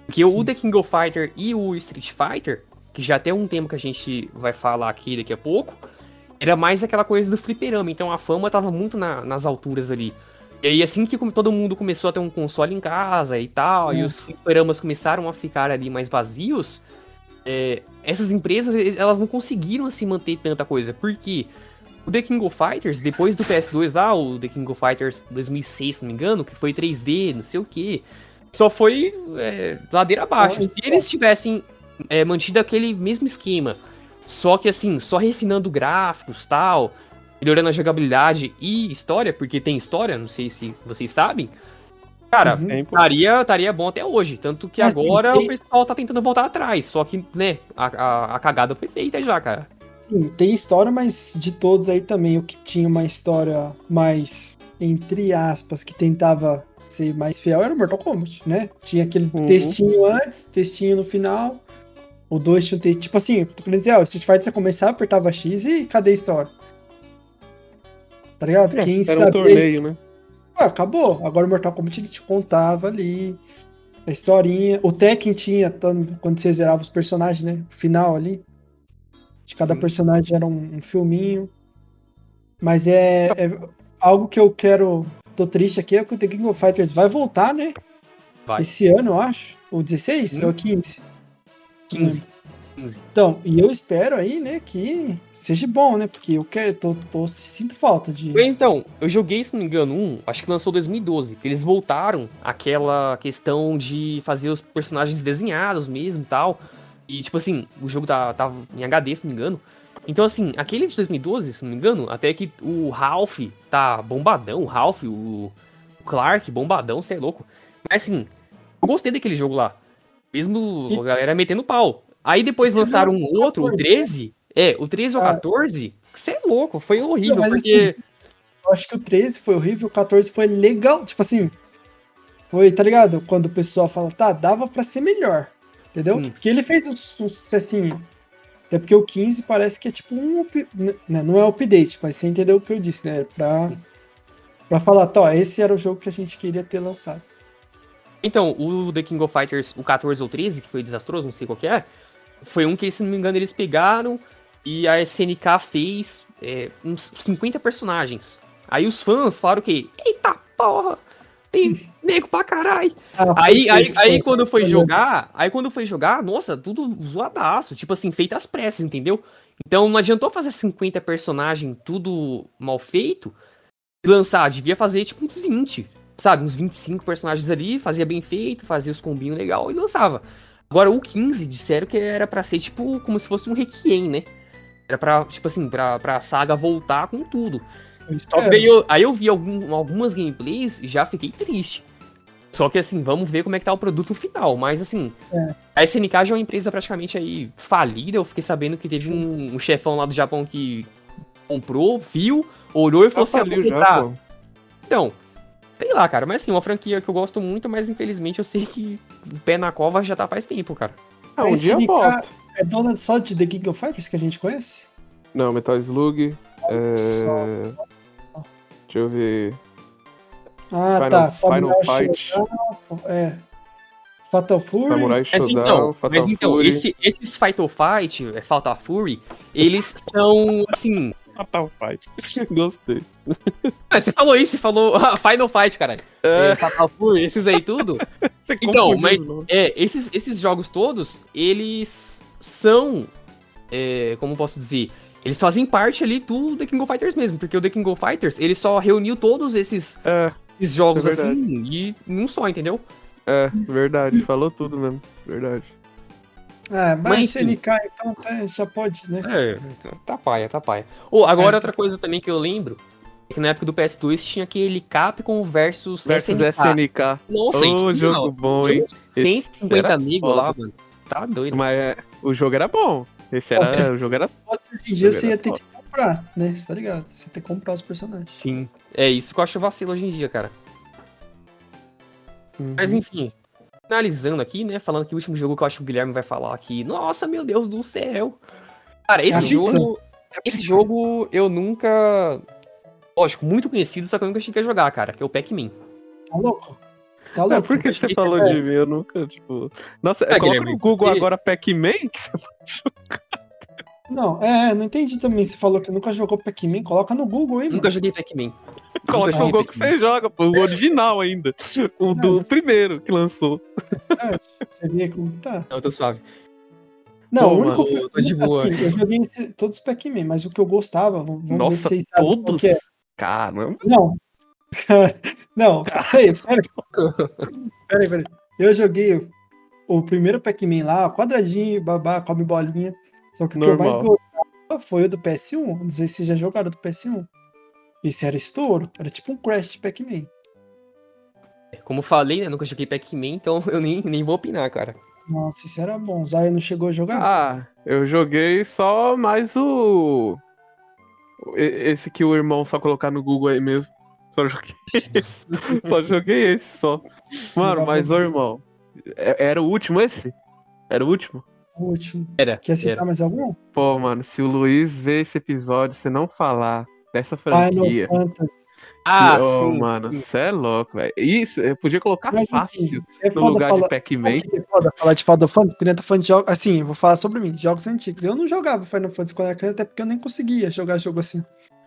S3: Porque o
S1: Sim.
S3: The King of Fighter e o Street Fighter, que já tem um tempo que a gente vai falar aqui daqui a pouco, era mais aquela coisa do fliperama, então a fama tava muito na- nas alturas ali. E aí assim que come- todo mundo começou a ter um console em casa e tal,
S1: É.
S3: e os fliperamas começaram a ficar ali mais vazios, é, essas empresas, eles- elas não conseguiram assim manter tanta coisa, porque o The King of Fighters, depois do P S dois lá, o The King of Fighters dois mil e seis, se não me engano, que foi três D, não sei o que, só foi é, ladeira abaixo. Se eles tivessem é, mantido aquele mesmo esquema, só que assim, só refinando gráficos tal, melhorando a jogabilidade e história, porque tem história, não sei se vocês sabem, cara,
S1: Uhum.
S2: É importante.
S3: estaria, estaria bom até hoje. Tanto que
S1: Mas,
S3: agora
S1: tem-
S3: o pessoal tá tentando voltar atrás, só que, né, a, a, a cagada foi feita já, cara.
S1: Sim, tem história, mas de todos aí também, o que tinha uma história mais, entre aspas, que tentava ser mais fiel era o Mortal Kombat, né? Tinha aquele
S2: Uhum.
S1: textinho antes, textinho no final. O dois tinha um texto. Tipo assim, eu tô querendo dizer, ó, o Street Fighter você começava, apertava X e cadê a história? Tá ligado?
S2: É,
S1: Quem
S2: era um
S1: sabia
S2: torneio, né?
S1: Ah, acabou. Agora o Mortal Kombat ele te contava ali a historinha. O Tekken tinha, tanto- quando você zerava os personagens, né? O final ali. De cada
S3: Sim.
S1: personagem era um, um filminho. Mas é, é algo que eu quero. Tô triste aqui, é que o The King of Fighters vai voltar, né?
S3: Vai.
S1: Esse ano, eu acho. O dezesseis?
S3: Sim.
S1: Ou o quinze?
S3: quinze. quinze.
S1: Então, e eu espero aí, né, que seja bom, né? Porque eu quero, tô, tô sinto falta de.
S3: Então, eu joguei, se não me engano, um, acho que lançou em dois mil e doze, que eles voltaram àquela questão de fazer os personagens desenhados mesmo e tal. E, tipo assim, o jogo tá, tava em H D, se não me engano. Então, assim, aquele de dois mil e doze, se não me engano, até que o Ralph tá bombadão, o Ralph, o Clark, bombadão, cê é louco. Mas, assim, eu gostei daquele jogo lá. Mesmo
S1: E-
S3: a galera metendo pau. Aí depois
S1: E
S3: lançaram
S1: teve
S3: um
S1: o
S3: outro, o
S1: quatorze,
S3: treze. É, o treze ou o
S1: Ah.
S3: quatorze. Você é louco, foi horrível,
S1: Não, mas
S3: porque.
S1: Eu acho que o treze foi horrível, o quatorze foi legal. Tipo assim, foi, tá ligado? Quando o pessoal fala, tá, dava pra ser melhor. Entendeu?
S3: Sim.
S1: Porque ele fez um um sucessinho. Até porque o quinze parece que é tipo um. up- né, Não é update, mas você entendeu o que eu disse, né? Pra, pra falar, tá, ó, esse era o jogo que a gente queria ter lançado.
S3: Então, o The King of Fighters, o quatorze ou treze, que foi desastroso, não sei qual que é, foi um que, se não me engano, eles pegaram e a S N K fez é, uns cinquenta personagens. Aí os fãs falaram que, eita porra, tem nego pra caralho.
S1: Ah,
S3: Aí, aí,
S1: perfeito,
S3: aí
S1: foi.
S3: quando foi
S1: Eu
S3: jogar, aí quando foi jogar, nossa, tudo zoadaço, tipo assim, feito às pressas, entendeu? Então não adiantou fazer cinquenta personagens tudo mal feito e lançar, devia fazer tipo uns vinte, sabe? Uns vinte e cinco personagens ali, fazia bem feito, fazia os combinhos legal e lançava. Agora o quinze disseram que era pra ser tipo como se fosse um Requiem, né? Era pra, tipo assim, pra, pra saga voltar com tudo.
S1: eu
S3: Só que
S1: espero.
S3: daí eu, aí eu vi algum- algumas gameplays e já fiquei triste. Só que assim, vamos ver como é que tá o produto final. Mas assim,
S1: É.
S3: a S N K já é uma empresa praticamente aí falida. Eu fiquei sabendo que teve um, um chefão lá do Japão que comprou, viu, olhou e falou
S2: Já
S3: assim,
S2: faliu
S3: ah,
S2: já,
S3: tá.
S2: pô.
S3: Então, sei lá, cara. Mas assim, uma franquia que eu gosto muito, mas infelizmente eu sei que o pé na cova já tá faz tempo, cara.
S2: Ah,
S1: A
S2: um dia
S1: S N K
S2: volta.
S1: é dona só de The King of Fighters que a gente conhece?
S2: Não, Metal Slug. É...
S1: Só.
S2: Deixa eu ver.
S1: Ah,
S2: Final,
S1: tá.
S2: Final
S1: Samurai
S2: Fight.
S1: Showdown, é. Fatal Fury.
S2: Samurai
S3: Mas
S2: Showdown,
S3: então,
S2: Fatal
S3: mas então
S2: Fury.
S3: esse- esses Fight or Fight, é, Fatal Fury, eles são, assim...
S2: Fatal Fight. Gostei.
S3: Ah, você falou isso, você falou ah, Final Fight, caralho.
S2: É.
S3: É, Fatal Fury, esses aí tudo.
S2: Você
S3: Então,
S2: confundiu
S3: mas
S2: os nomes.
S3: é, esses, esses jogos todos, eles são, é, como posso dizer, eles fazem parte ali do The King of Fighters mesmo, porque o The King of Fighters, ele só reuniu todos esses,
S2: É,
S3: esses jogos
S2: é verdade.
S3: assim, e num só, entendeu?
S2: é, verdade. Falou tudo mesmo. Verdade.
S1: Ah, mas,
S3: Mas,
S1: a
S3: enfim.
S1: S N K então tá- já pode, né?
S3: É, tá paia, tá paia. Ou agora
S1: É.
S3: outra coisa também que eu lembro, é que na época do P S dois tinha aquele Capcom versus,
S2: Versus
S3: S N K.
S2: S N K.
S3: Nossa,
S2: Ô,
S3: isso
S2: jogo
S3: não.
S2: bom, hein?
S3: cento e cinquenta
S2: era
S3: amigos
S2: foda.
S3: lá, mano. Tá doido.
S2: Mas é, o jogo era bom. Esse era,
S1: Nossa.
S2: o jogo era.
S1: Nossa, hoje em dia
S2: Jogo
S1: você
S2: era
S1: ia ter
S2: foda.
S1: que comprar, né? Você tá ligado? Você ia ter que comprar os personagens.
S3: Sim. É isso que eu acho vacilo hoje em dia, cara. Mas
S2: Uhum.
S3: enfim, finalizando aqui, né? Falando que o último jogo que eu acho que o Guilherme vai falar aqui. Nossa, meu Deus do céu! Cara,
S1: É a
S3: esse
S1: pizza.
S3: jogo. Esse jogo eu nunca. Lógico, muito conhecido, só que eu nunca cheguei a jogar, cara, que é o Pac-Man.
S1: Tá louco? Tá
S2: É,
S1: louco?
S2: por que você falou de mim? Eu nunca, tipo. Nossa,
S3: Ah,
S2: coloca
S3: Guilherme,
S2: no Google
S3: você-
S2: agora Pac-Man, que você
S1: Não, é, não entendi também. Você falou que nunca jogou Pac-Man. Coloca no Google aí,
S3: Nunca
S1: mano.
S3: joguei Pac-Man.
S2: coloca
S3: joguei
S2: no Google que
S3: Pac-Man.
S2: você joga, pô, o original ainda. O do primeiro que lançou.
S1: Você vê como tá.
S3: Não, tô suave.
S1: Não,
S2: Pô,
S1: o único.
S3: mano, tô de
S1: assim,
S3: boa.
S1: eu joguei esse- todos os Pac-Man, mas o que eu gostava, vamos vamos ver se
S2: Nossa,
S1: vocês sabem qual
S2: todos.
S1: que é.
S2: Caramba.
S1: Não. Não, peraí, peraí. Peraí, peraí. Eu joguei o, o primeiro Pac-Man lá, quadradinho, babá, come bolinha. Só que o que eu mais
S2: Normal.
S1: gostava foi o do P S um. Não sei se vocês já jogaram do P S um. Esse era estouro. Era tipo um Crash de Pac-Man.
S3: Como eu falei, né? Nunca joguei Pac-Man, então eu nem, nem vou opinar, cara.
S1: Nossa, isso era bom. O Zaya não chegou a jogar?
S2: Ah, eu joguei só mais o. e- Esse que o irmão só colocar no Google aí mesmo. Só joguei. Só joguei esse só. Mano,
S1: Jogava
S2: mas ô irmão. é- Era o último esse? Era o último?
S1: O último.
S3: Era.
S1: Quer citar
S3: era.
S1: mais algum?
S2: Pô, mano, se o Luiz ver esse episódio, você não falar dessa
S1: Final
S2: franquia.
S1: Fantasy.
S3: Ah,
S2: Ô,
S3: sim.
S2: mano, você é louco, velho. Isso, eu podia colocar
S1: Mas,
S2: fácil
S1: assim, é
S2: no
S1: foda
S2: lugar
S1: falar-
S2: de Pac-Man.
S1: Sabe o que é foda falar de Final Fantasy? Porque eu tô falando de jogos. Assim, eu vou falar sobre mim, jogos antigos. Eu não jogava Final Fantasy quando era criança, até porque eu nem conseguia jogar jogo assim.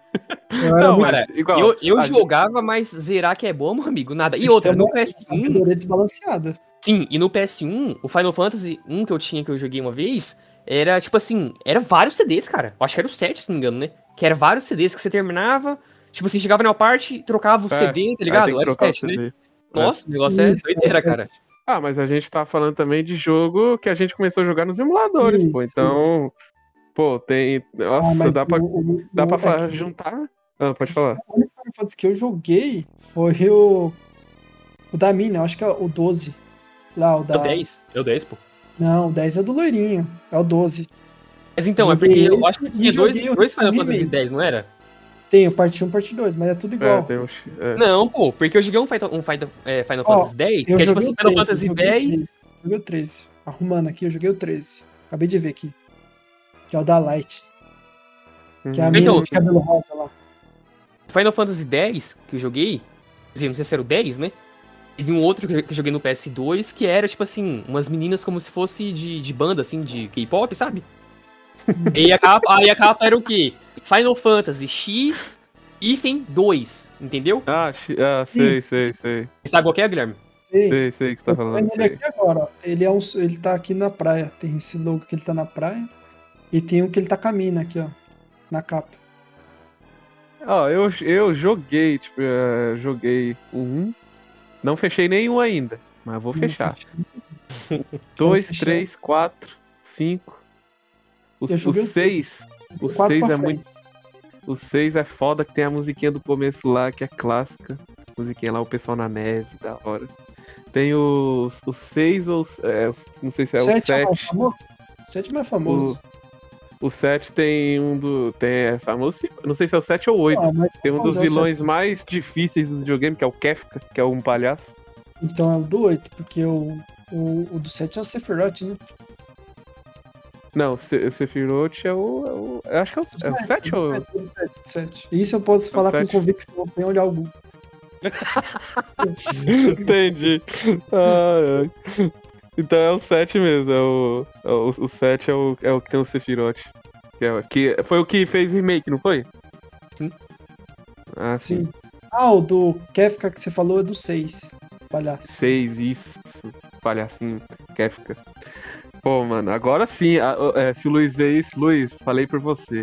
S1: Eu era
S2: Não,
S1: muito.
S2: mas igual.
S3: Eu, eu
S2: a-
S3: jogava, mas zerar que é bom, meu amigo, nada. E
S1: Tinha que
S3: outra,
S1: ter
S3: no
S1: uma
S3: P S um,
S1: sabedoria desbalanceada.
S3: sim, e no P S um, o Final Fantasy um que eu tinha, que eu joguei uma vez, era tipo assim, era vários C Ds, cara. Eu acho que era o sete, se não me engano, né? Que era vários C Ds que você terminava, tipo assim, chegava na parte, trocava o
S2: É,
S3: C D, tá
S2: aí tem
S3: ligado?
S2: que
S3: Era o
S2: trocar o
S3: sete, né?
S2: C D.
S3: Nossa, o negócio é
S1: Isso,
S3: doideira,
S1: é.
S3: cara.
S2: Ah, mas a gente tá falando também de jogo que a gente começou a jogar nos emuladores,
S1: Isso,
S2: pô. Então, pô, tem. Nossa,
S1: Ah, mas
S2: dá pra,
S1: o- o-
S2: dá
S1: o-
S2: pra
S1: é
S2: fa-
S1: que
S2: juntar. Ah, pode falar.
S1: O único Final Fantasy que eu joguei foi o. O da Mina, eu acho que é o doze. Lá, o
S3: É o
S1: da.
S3: dez, é o dez, pô.
S1: Não, o dez é do loirinho. É o doze.
S3: Mas então,
S1: Joguei
S3: é porque eu
S1: esse
S3: acho que
S1: e
S3: tinha dois,
S1: joguei o
S3: dois Final
S1: remake.
S3: Fantasy dez, não era?
S1: Tem o parte um, parte dois, mas é tudo
S2: É,
S1: igual.
S2: tem um. é.
S3: Não, pô, porque eu joguei um, Final- um Final, é, Final
S1: Ó,
S3: Fantasy dez, que
S1: Eu
S3: é tipo
S1: joguei
S3: assim,
S1: o
S3: Final
S1: treze,
S3: Fantasy
S1: joguei o
S3: dez.
S1: treze. Joguei o treze. Arrumando aqui, eu joguei o treze. Acabei de ver aqui. Que é o da Light. Que é a
S2: Uhum.
S1: mina
S3: Então,
S1: de cabelo rosa lá.
S3: Final Fantasy dez, que eu joguei, quer dizer, não sei se era o dez, né? Teve um outro que eu joguei no P S dois, que era, tipo assim, umas meninas como se fosse de, de banda, assim, de K-pop, sabe? E a capa, aí a capa era o quê? Final Fantasy X hífen dois, entendeu?
S2: Ah, chi- ah, sei, sei, sei.
S3: Você sabe qual que é, Guilherme?
S1: Sei.
S2: Sei, sei o que você tá
S1: Eu tô
S2: falando.
S1: vendo ele
S2: sei.
S1: aqui agora, ó. Ele, é um, ele tá aqui na praia. Tem esse logo que ele tá na praia. E tem um que ele tá com a mina aqui, ó. Na capa.
S2: Ó, eu, eu joguei, tipo, eh, joguei o um. Não fechei nenhum ainda, mas vou fechar. Dois,
S1: fechar.
S2: três, quatro, cinco. O,
S1: Eu
S2: o
S1: joguei o
S2: seis. O
S1: Quatro
S2: seis
S1: pra
S2: é
S1: frente.
S2: muito. O seis é foda que tem a musiquinha do começo lá, que é clássica. Musiquinha lá, o pessoal na neve, da hora. Tem o, o seis ou. É, não sei se é o
S1: Sete é mais
S2: sete.
S1: famoso? Sete é mais famoso.
S2: O sete tem um do. Tem é famoso. Não sei se é o sete ou oito.
S1: Ah, mas
S2: Tem um dos
S1: famoso é o
S2: vilões mais difíceis do videogame, que é o Kefka, que é um palhaço.
S1: Então é o do oito, porque o, o, o do sete é o Sephiroth, né?
S2: Não, o Se- o Sephiroth é o, é o. Eu acho que é o, é o sete ou.
S1: É o sete. Isso eu posso falar com
S2: sete.
S1: convicção sem olhar algum.
S2: Entendi. Ah, é. Então é o sete mesmo. É o, é o, o sete é o, é o que tem o Sephiroth. Que, é, o- que foi o que fez remake, não foi?
S3: Sim.
S2: Ah, sim.
S1: Sim. Ah, o do Kefka que você falou é do seis. Palhaço.
S2: Seis, isso. Palhacinho. Kefka. Pô, mano, agora sim. a- o- é, se o Luiz vê isso, Luiz, falei por você.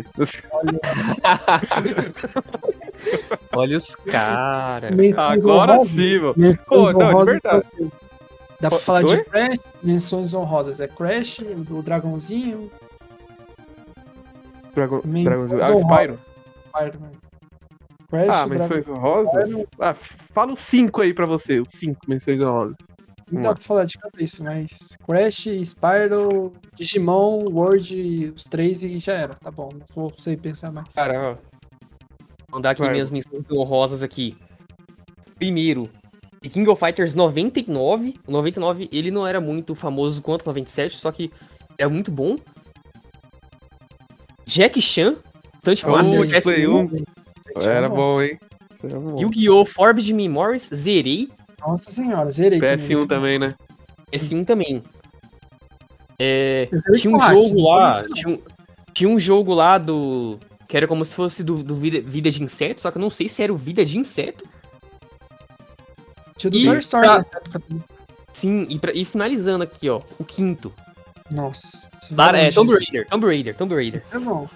S3: Olha os caras.
S1: Menções
S2: Agora
S1: honrosas.
S2: sim, mano.
S1: Menções
S2: Pô, não, de
S1: honrosas
S2: verdade.
S1: são- Dá pra
S2: Oi?
S1: falar de
S2: Oi?
S1: Crash, menções honrosas. É Crash, do dragãozinho,
S2: Dragon,
S1: Menções
S2: Dragon, ah, Spyro.
S1: Spider-Man. Crash,
S2: Ah,
S1: o
S2: menções honrosas? Ah, fala os cinco aí pra você, os cinco menções honrosas.
S1: Não dá pra falar de cabeça, mas Crash, Spyro, Digimon, World, os três e já era. Tá bom, não vou sei pensar mais.
S3: Cara, ó. Vou mandar aqui
S2: Vai.
S3: minhas menções honrosas aqui. Primeiro, The King of Fighters noventa e nove. O noventa e nove, ele não era muito famoso quanto o noventa e sete, só que era muito bom. Jack Chan, Stunt
S2: Oh,
S3: Master
S2: de
S3: P S
S2: Play
S3: um.
S2: um. Era bom, hein? Era bom.
S3: Yu-Gi-Oh! Forbidden Memories, zerei.
S1: Nossa senhora, zerei.
S2: P S um também, né?
S3: P S um também. É,
S1: Eu zerei
S3: tinha um
S1: com hack,
S3: jogo
S1: não
S3: lá.
S1: foi isso,
S3: Tinha um, tinha um jogo lá do. Que era como se fosse do, do vida, vida de Inseto, só que eu não sei se era o Vida de Inseto.
S1: Tinha do
S3: E
S1: Toy Story
S3: pra-
S1: nessa época também.
S3: Sim, e, pra- e finalizando aqui, ó. O quinto.
S1: Nossa. isso
S3: Lá,
S1: vai
S3: é
S1: longe.
S3: Tomb Raider, Tomb Raider, Tomb Raider.
S1: É bom.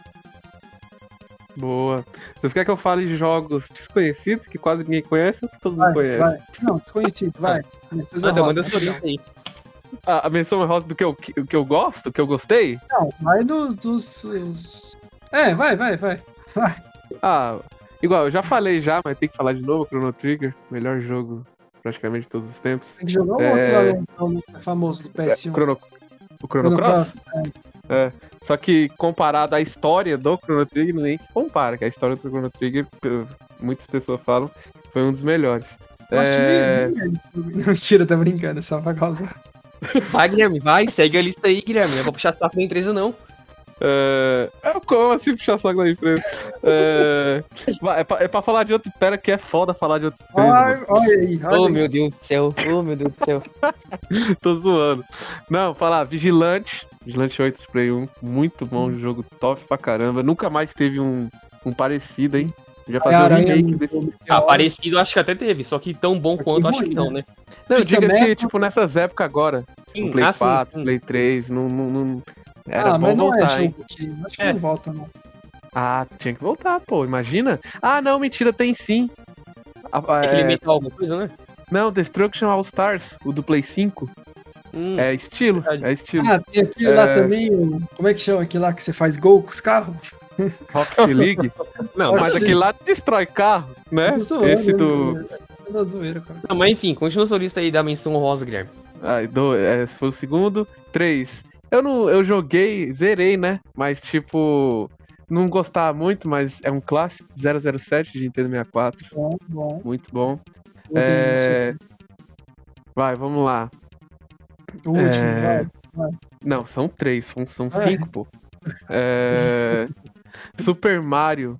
S2: Boa. Vocês querem que eu fale de jogos desconhecidos que quase ninguém conhece ou que todo mundo
S1: Vai,
S2: conhece?
S1: vai. Não, desconhecido, vai. Menções
S3: Manda, manda
S1: honrosas,
S3: sua
S1: então.
S3: lista aí.
S2: A, a menção rosa do que eu, que, que eu gosto, que eu gostei?
S1: Não, vai dos. dos os- É, vai, vai, vai. Vai.
S2: Ah, igual, eu já falei já, mas tem que falar de novo, Chrono Trigger, melhor jogo praticamente de todos os tempos.
S1: Tem que jogar o
S2: É.
S1: outro lá, né? O famoso do P S um.
S2: Chrono, o Chrono,
S1: Chrono
S2: Cross?
S1: Cross,
S2: É. Só que comparado à história do Chrono Trigger, nem se compara, que a história do Chrono Trigger, p- muitas pessoas falam, foi um dos melhores.
S1: Eu acho
S2: É,
S1: meio- meio- Mentira, tá brincando, é só pra causar.
S3: Vai, Guilherme, vai, segue a lista aí, Guilherme. Não vou puxar saco da empresa, não.
S2: É, eu como assim puxar saco da empresa? É, vai, é, pra, é pra falar de outro. Pera, que é foda falar de outra empresa.
S1: Olha, olha aí, olha
S3: Oh,
S1: aí.
S3: meu Deus do céu. Oh, meu Deus do céu.
S2: Mano. Tô zoando. Não, falar Vigilante. Vigilante oito de Play um. Muito bom jogo, top pra caramba. Nunca mais teve um, um parecido, hein? Já fazer um
S1: Aranha
S2: remake
S1: no
S2: desse.
S1: jogo, que
S3: Ah,
S1: hora.
S3: parecido acho que até teve, só que tão bom
S1: Só que
S3: quanto acho
S1: ruim,
S3: que não, né?
S2: Não, eu digo
S1: Também-
S2: assim, tipo, nessas épocas agora.
S3: Sim,
S2: No Play
S3: ah, sim,
S2: quatro,
S3: sim.
S2: Play três, não. não, não- Era
S1: Ah,
S2: bom
S1: mas não
S2: voltar,
S1: é
S2: hein?
S1: jogo que. Acho que
S3: É.
S1: não volta, não.
S2: Ah, tinha que voltar, pô, imagina. Ah, não, mentira, tem sim. A- a-
S3: Aquele
S2: é,
S3: metal, alguma coisa, né?
S2: não, Destruction All Stars, o do Play cinco.
S3: Hum,
S2: É estilo,
S3: verdade.
S2: é estilo.
S1: Ah, tem aquele
S2: É.
S1: lá também, o- como é que chama aquele lá que você faz gol com os carros?
S2: Rocket League.
S3: não,
S1: Rocket
S3: mas,
S2: Mas aquele lá destrói carro, né?
S1: Tô zoando,
S2: Esse do.
S1: né? É da zoeira, cara.
S3: não, mas enfim, continua sua lista aí da menção rosa, Guilherme.
S2: Ai, do... é, esse foi o segundo. Três. Eu não. Eu joguei, zerei, né? Mas tipo. Não gostava muito, mas é um clássico. zero zero sete de Nintendo sessenta e quatro.
S1: Bom, bom.
S2: Muito bom.
S1: Vou ter isso.
S2: É... Vai, vamos lá.
S1: O último,
S2: é,
S1: vai.
S2: Não, são três, são, são
S1: É.
S2: cinco, pô. É, Super Mario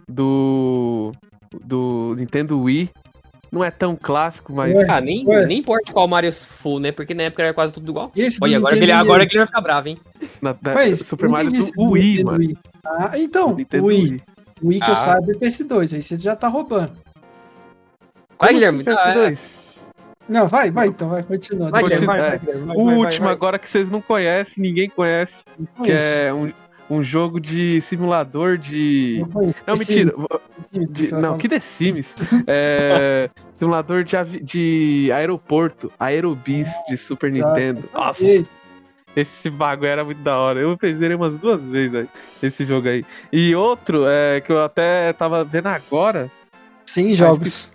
S2: do. Do Nintendo Wii. Não é tão clássico, mas.
S1: Ué.
S3: Ah, nem,
S1: Ué.
S3: nem importa qual Mario for, né? Porque na época era quase tudo igual.
S1: E esse do
S3: Olha, agora que, ele,
S1: Nintendo
S3: agora
S1: Wii?
S3: que ele vai ficar bravo, hein?
S2: Na, na-
S1: Mas,
S2: Super
S1: eu
S2: Mario
S1: entendi
S2: do
S1: esse do
S2: Wii,
S1: Nintendo
S2: mano.
S1: Wii. Ah, então,
S2: Nintendo
S1: o Wii.
S2: Wii.
S1: O Wii que
S3: Ah.
S1: eu saiba é P S dois, aí você já tá roubando.
S3: Vai,
S2: Como
S3: Guilherme.
S2: assim,
S3: ah,
S2: P S dois?
S1: Não, vai, vai então, vai, continua.
S3: Vai,
S1: Depois
S3: Guilherme, vai,
S2: É.
S3: vai, Guilherme, vai,
S2: O
S3: vai, vai,
S2: último
S3: vai.
S2: agora que vocês não conhecem, ninguém conhece,
S1: eu
S2: que
S1: conheço,
S2: é um, um jogo de simulador de.
S1: eu conheço.
S2: Não,
S1: The
S2: mentira.
S1: Sims, The Sims,
S2: de-
S1: você vai
S2: não,
S1: falar.
S2: que The Sims. É, simulador de, avi- de aeroporto, Aerobis de Super Nintendo. Nossa,
S1: Ei,
S2: esse bagulho era muito da hora. Eu zerei umas duas vezes aí, esse jogo aí. E outro, é, que eu até tava vendo agora.
S1: cem jogos.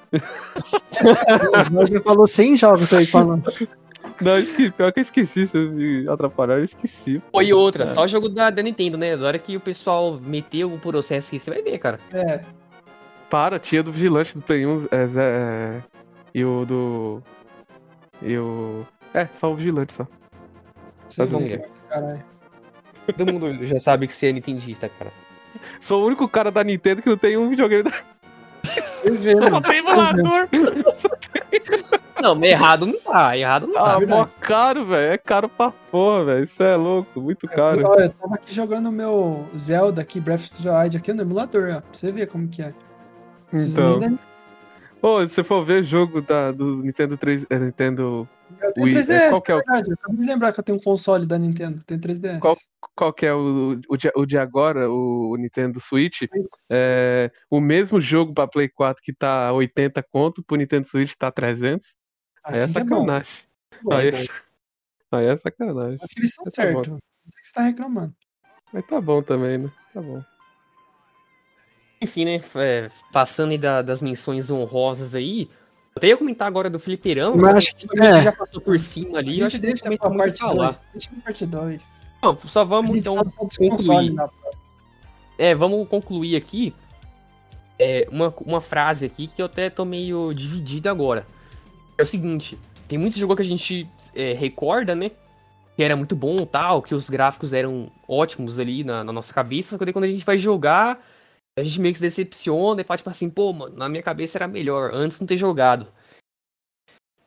S1: O Jorge já falou cem jogos aí falando.
S2: Não, esqueci, pior que eu esqueci, vocês me atrapalharam, eu esqueci.
S3: Foi outra,
S2: É.
S3: só jogo da, da Nintendo, né? Da hora que o pessoal meteu o processo aqui, você vai ver, cara.
S1: É,
S2: Para, tinha do Vigilante do Play um, é, é, e o do... E o... É, só o Vigilante, só.
S1: você
S3: bom,
S1: vê,
S3: Guilherme.
S1: caralho.
S3: Todo mundo já sabe que você é nintendista, cara.
S2: Sou o único cara da Nintendo que não tem um videogame da...
S1: Você vê,
S2: Só
S1: mano.
S2: tem emulador!
S3: Não, mas errado não tá, errado não tá.
S2: Ah,
S1: verdade.
S2: mó caro, velho. É caro pra porra, velho. Isso é louco, muito caro.
S1: Olha, eu tava aqui jogando meu Zelda aqui, Breath of the Wild aqui no emulador, ó. Pra você ver como que é. Preciso
S2: Então.
S1: nem da-
S2: Pô, se você for ver jogo da, do Nintendo três... É, Nintendo...
S1: Eu tenho
S2: Wii,
S1: três D
S2: é,
S1: S,
S2: qual que é o-
S1: verdade. Eu acabei de lembrar que eu tenho um console da Nintendo. Tenho três D S.
S2: Qual- Qual que é o, o, de, o de agora, o Nintendo Switch? É, o mesmo jogo pra Play quatro que tá oitenta conto, pro Nintendo Switch tá trezentos. Aí é
S1: Assim que é bom.
S2: sacanagem. Aí, é- aí é sacanagem.
S1: Acho que eles estão
S2: Tá
S1: certos.
S2: bom.
S1: Não sei o que você tá reclamando.
S2: Mas tá bom também, né? Tá bom.
S3: Enfim, né? é, passando aí da- das menções honrosas aí. Eu até ia comentar agora do Fliperama,
S1: Mas
S3: mas
S1: acho que-
S3: a gente
S1: é.
S3: já passou por cima ali.
S1: A
S3: Eu
S1: gente
S3: acho que
S1: deixa
S3: também
S1: pra
S3: tem muito o
S1: parte
S3: que falar.
S1: dois. Deixa pra parte dois.
S3: Não, só
S1: A
S3: vamos
S1: gente
S3: então.
S1: fala só dos console na
S3: É, vamos concluir aqui. É, uma, uma frase aqui que eu até tô meio dividido agora. É o seguinte: tem muito jogo que a gente é, recorda, né? Que era muito bom e tal, que os gráficos eram ótimos ali na, na nossa cabeça. Só que daí quando a gente vai jogar, a gente meio que se decepciona e fala tipo assim: pô, mano, na minha cabeça era melhor, antes de não ter jogado.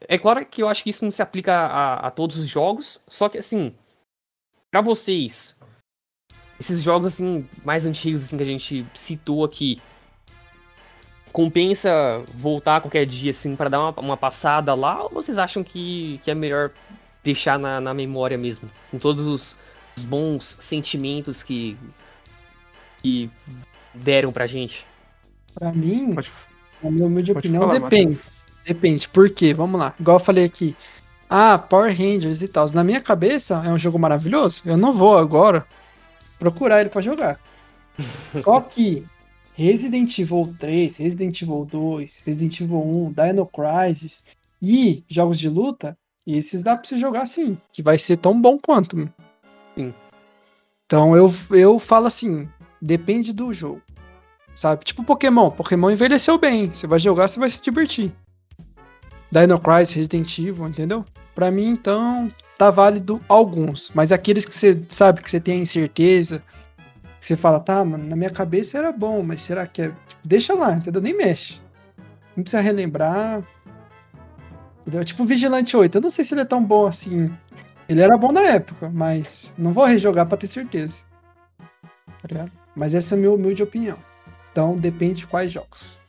S3: é claro que eu acho que isso não se aplica a, a todos os jogos, só que assim, pra vocês, esses jogos assim, mais antigos assim, que a gente citou aqui, compensa voltar qualquer dia assim pra dar uma, uma passada lá, ou vocês acham que, que é melhor deixar na, na memória mesmo, com todos os, os bons sentimentos que, que deram pra gente?
S1: Pra mim,
S2: Pode,
S1: na minha humilde
S2: pode
S1: opinião,
S2: falar,
S1: depende.
S2: Matheus.
S1: Depende. Por quê? Vamos lá. Igual eu falei aqui. Ah, Power Rangers e tal. Na minha cabeça, é um jogo maravilhoso. Eu não vou agora procurar ele pra jogar. Só que Resident Evil três, Resident Evil dois, Resident Evil um, Dino Crisis e jogos de luta, esses dá pra você jogar sim, que vai ser tão bom quanto. meu.
S3: Sim.
S1: Então eu, eu falo assim, depende do jogo, sabe? Tipo Pokémon, Pokémon envelheceu bem, você vai jogar, você vai se divertir. Dino Crisis, Resident Evil, entendeu? Pra mim, então, tá válido alguns, mas aqueles que você sabe que você tem a incerteza, que você fala, tá, mano, na minha cabeça era bom, mas será que é... Tipo, deixa lá, entendeu? Nem mexe. Não precisa relembrar. Entendeu? Tipo o Vigilante oito, eu não sei se ele é tão bom assim. Ele era bom na época, mas não vou rejogar pra ter certeza. Tá ligado? Mas essa é a minha humilde opinião. Então, depende de quais jogos.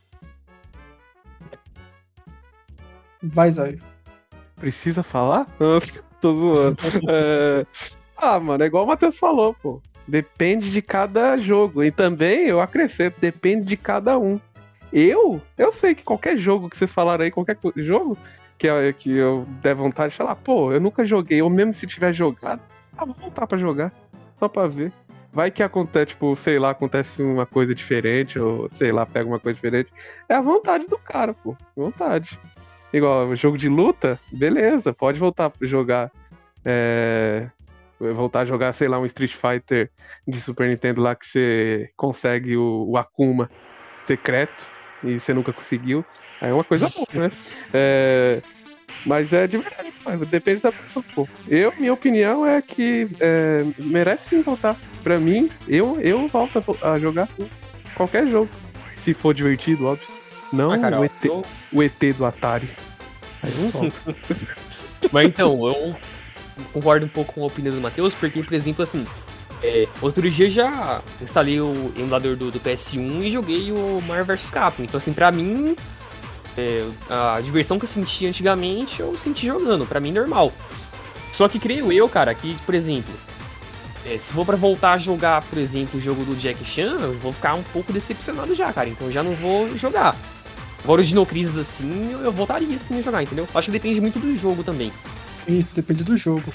S1: Vai, Zóio.
S2: Precisa falar? Tô zoando. É, Ah, mano, é igual o Matheus falou, pô. Depende de cada jogo. E também eu acrescento, depende de cada um. Eu, eu sei que qualquer jogo que vocês falaram aí, qualquer co- jogo que eu, que eu der vontade de falar, pô, eu nunca joguei, ou mesmo se tiver jogado, ah, vou voltar pra jogar, só pra ver. Vai que acontece, tipo, sei lá, acontece uma coisa diferente, ou sei lá, pega uma coisa diferente. É a vontade do cara, pô, vontade. Igual, jogo de luta, beleza, pode voltar pra jogar. É... Voltar a jogar, sei lá, um Street Fighter de Super Nintendo lá que você consegue o, o Akuma secreto e você nunca conseguiu. Aí é uma coisa boa, né? É, mas é de verdade, pô, depende da pessoa, pô. Eu, minha opinião é que é, merece sim voltar. Pra mim, eu, eu volto a, a jogar sim, qualquer jogo. Se for divertido, óbvio. Não
S3: Ah, cara,
S2: o,
S3: ó,
S2: ET,
S3: eu-
S2: o E T do Atari. Aí não volta.
S3: Mas então, eu concordo um pouco com a opinião do Matheus, porque, por exemplo, assim, é, outro dia já instalei o emulador do, do P S um e joguei o Marvel versus. Capcom. Então, assim, pra mim, é, a diversão que eu sentia antigamente, eu senti jogando. Pra mim, normal. Só que creio eu, cara, que, por exemplo, é, se for pra voltar a jogar, por exemplo, o jogo do Jack Chan, eu vou ficar um pouco decepcionado já, cara. Então, eu já não vou jogar. Agora, o Dino Crisis, assim, eu, eu voltaria, assim, a jogar, entendeu? Acho que depende muito do jogo também.
S1: Isso, depende do jogo.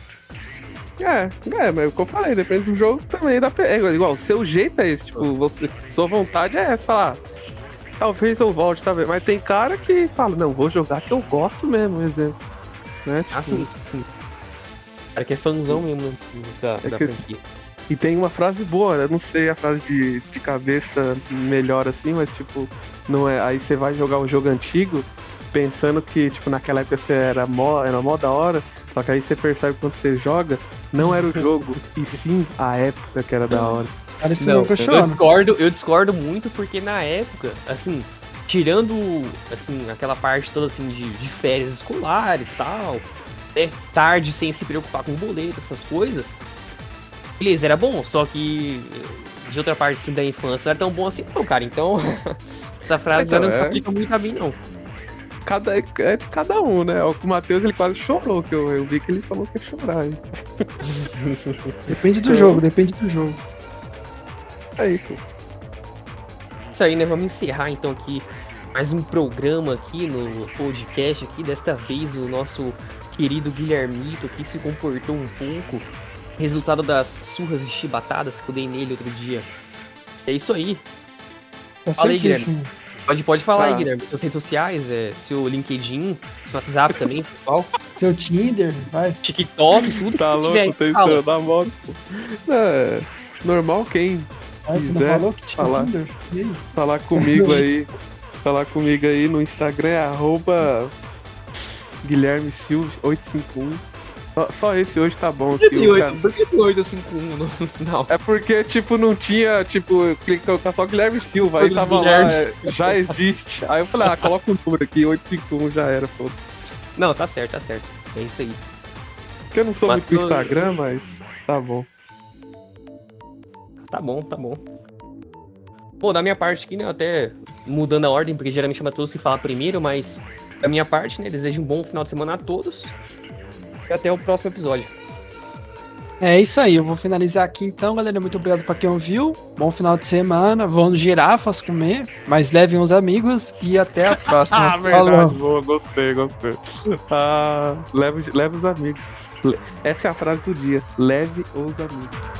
S2: É, é, mas o que eu falei, depende do jogo também. Da, é igual, igual, o seu jeito é esse, tipo, você, sua vontade é essa, falar, talvez eu volte, talvez. Mas tem cara que fala, não, vou jogar que eu gosto mesmo, exemplo. Né? Tipo,
S3: Assim, cara que é fãzão mesmo da,
S2: É
S3: da
S2: que-
S3: franquia.
S2: E tem uma frase boa, eu não sei a frase de, de cabeça melhor assim, mas tipo, não é. Aí você vai jogar um jogo antigo pensando que, tipo, naquela época você era mó, era mó da hora, só que aí você percebe quando você joga, não era o jogo, e sim a época que era da hora.
S1: Cara, esse
S3: Não,
S1: não, que eu
S3: eu
S1: choro.
S3: discordo, eu discordo muito porque na época, assim, tirando assim, aquela parte toda assim de, de férias escolares e tal, né, tarde sem se preocupar com boleto, essas coisas, beleza, era bom, só que de outra parte assim, da infância não era tão bom assim, não, cara. Então, essa frase
S2: Então,
S3: já não
S2: é.
S3: se aplica muito a mim, não.
S2: Cada, é de cada um, né? O Matheus ele quase chorou, que eu, eu vi que ele falou que ia chorar. Hein?
S1: Depende do
S2: Então-
S1: jogo, depende do jogo.
S2: Aí, pô.
S3: Isso aí, né? Vamos encerrar então aqui mais um programa aqui no podcast aqui. Desta vez o nosso querido Guilhermito aqui se comportou um pouco. Resultado das surras e chibatadas que eu dei nele outro dia. É isso aí.
S1: Tá
S3: Fala aí,
S1: certíssimo.
S3: Pode, pode falar
S2: Tá.
S3: aí, Guilherme. Suas redes sociais, é, seu LinkedIn, seu WhatsApp também, pessoal.
S1: Seu Tinder, vai.
S3: TikTok, tudo
S2: Tá
S3: que tiver aí,
S2: louco, tá
S3: fala.
S2: estourando a moto, pô. É, normal quem
S1: Vai, você não
S2: quiser
S1: falou que tinha
S2: falar.
S1: Tinder? E aí?
S2: falar comigo aí, falar comigo aí no Instagram é arroba Guilherme Silva oito cinco um. Só, só esse hoje tá bom.
S3: Por que
S2: Aqui,
S3: tem
S2: o
S3: oito-
S2: cara-
S3: por que tem oito cinco um no no final?
S2: É porque, tipo, não tinha, tipo, eu cliquei colocar só Guilherme Silva, aí
S3: Todos
S2: tava lá,
S3: Guilhermes.
S2: é, já existe. Aí eu falei, ah, coloca um número aqui, oito cinco um já era, pô.
S3: Não, tá certo, tá certo. É isso aí.
S2: Porque eu não sou muito do
S3: Matheus-
S2: Instagram, mas tá bom.
S3: Tá bom, tá bom. Pô, da minha parte aqui, né, até mudando a ordem, porque geralmente é o Matheus que fala primeiro, mas da minha parte, né, desejo um bom final de semana a todos. E até o próximo episódio.
S1: É isso aí, eu vou finalizar aqui então, galera. Muito obrigado pra quem ouviu. Bom final de semana. Vão girafas comer, mas levem os amigos e até a próxima.
S2: Ah, verdade,
S1: Falou.
S2: boa, gostei, gostei. Ah, leve, leve os amigos. Le- Essa é a frase do dia. Leve os amigos.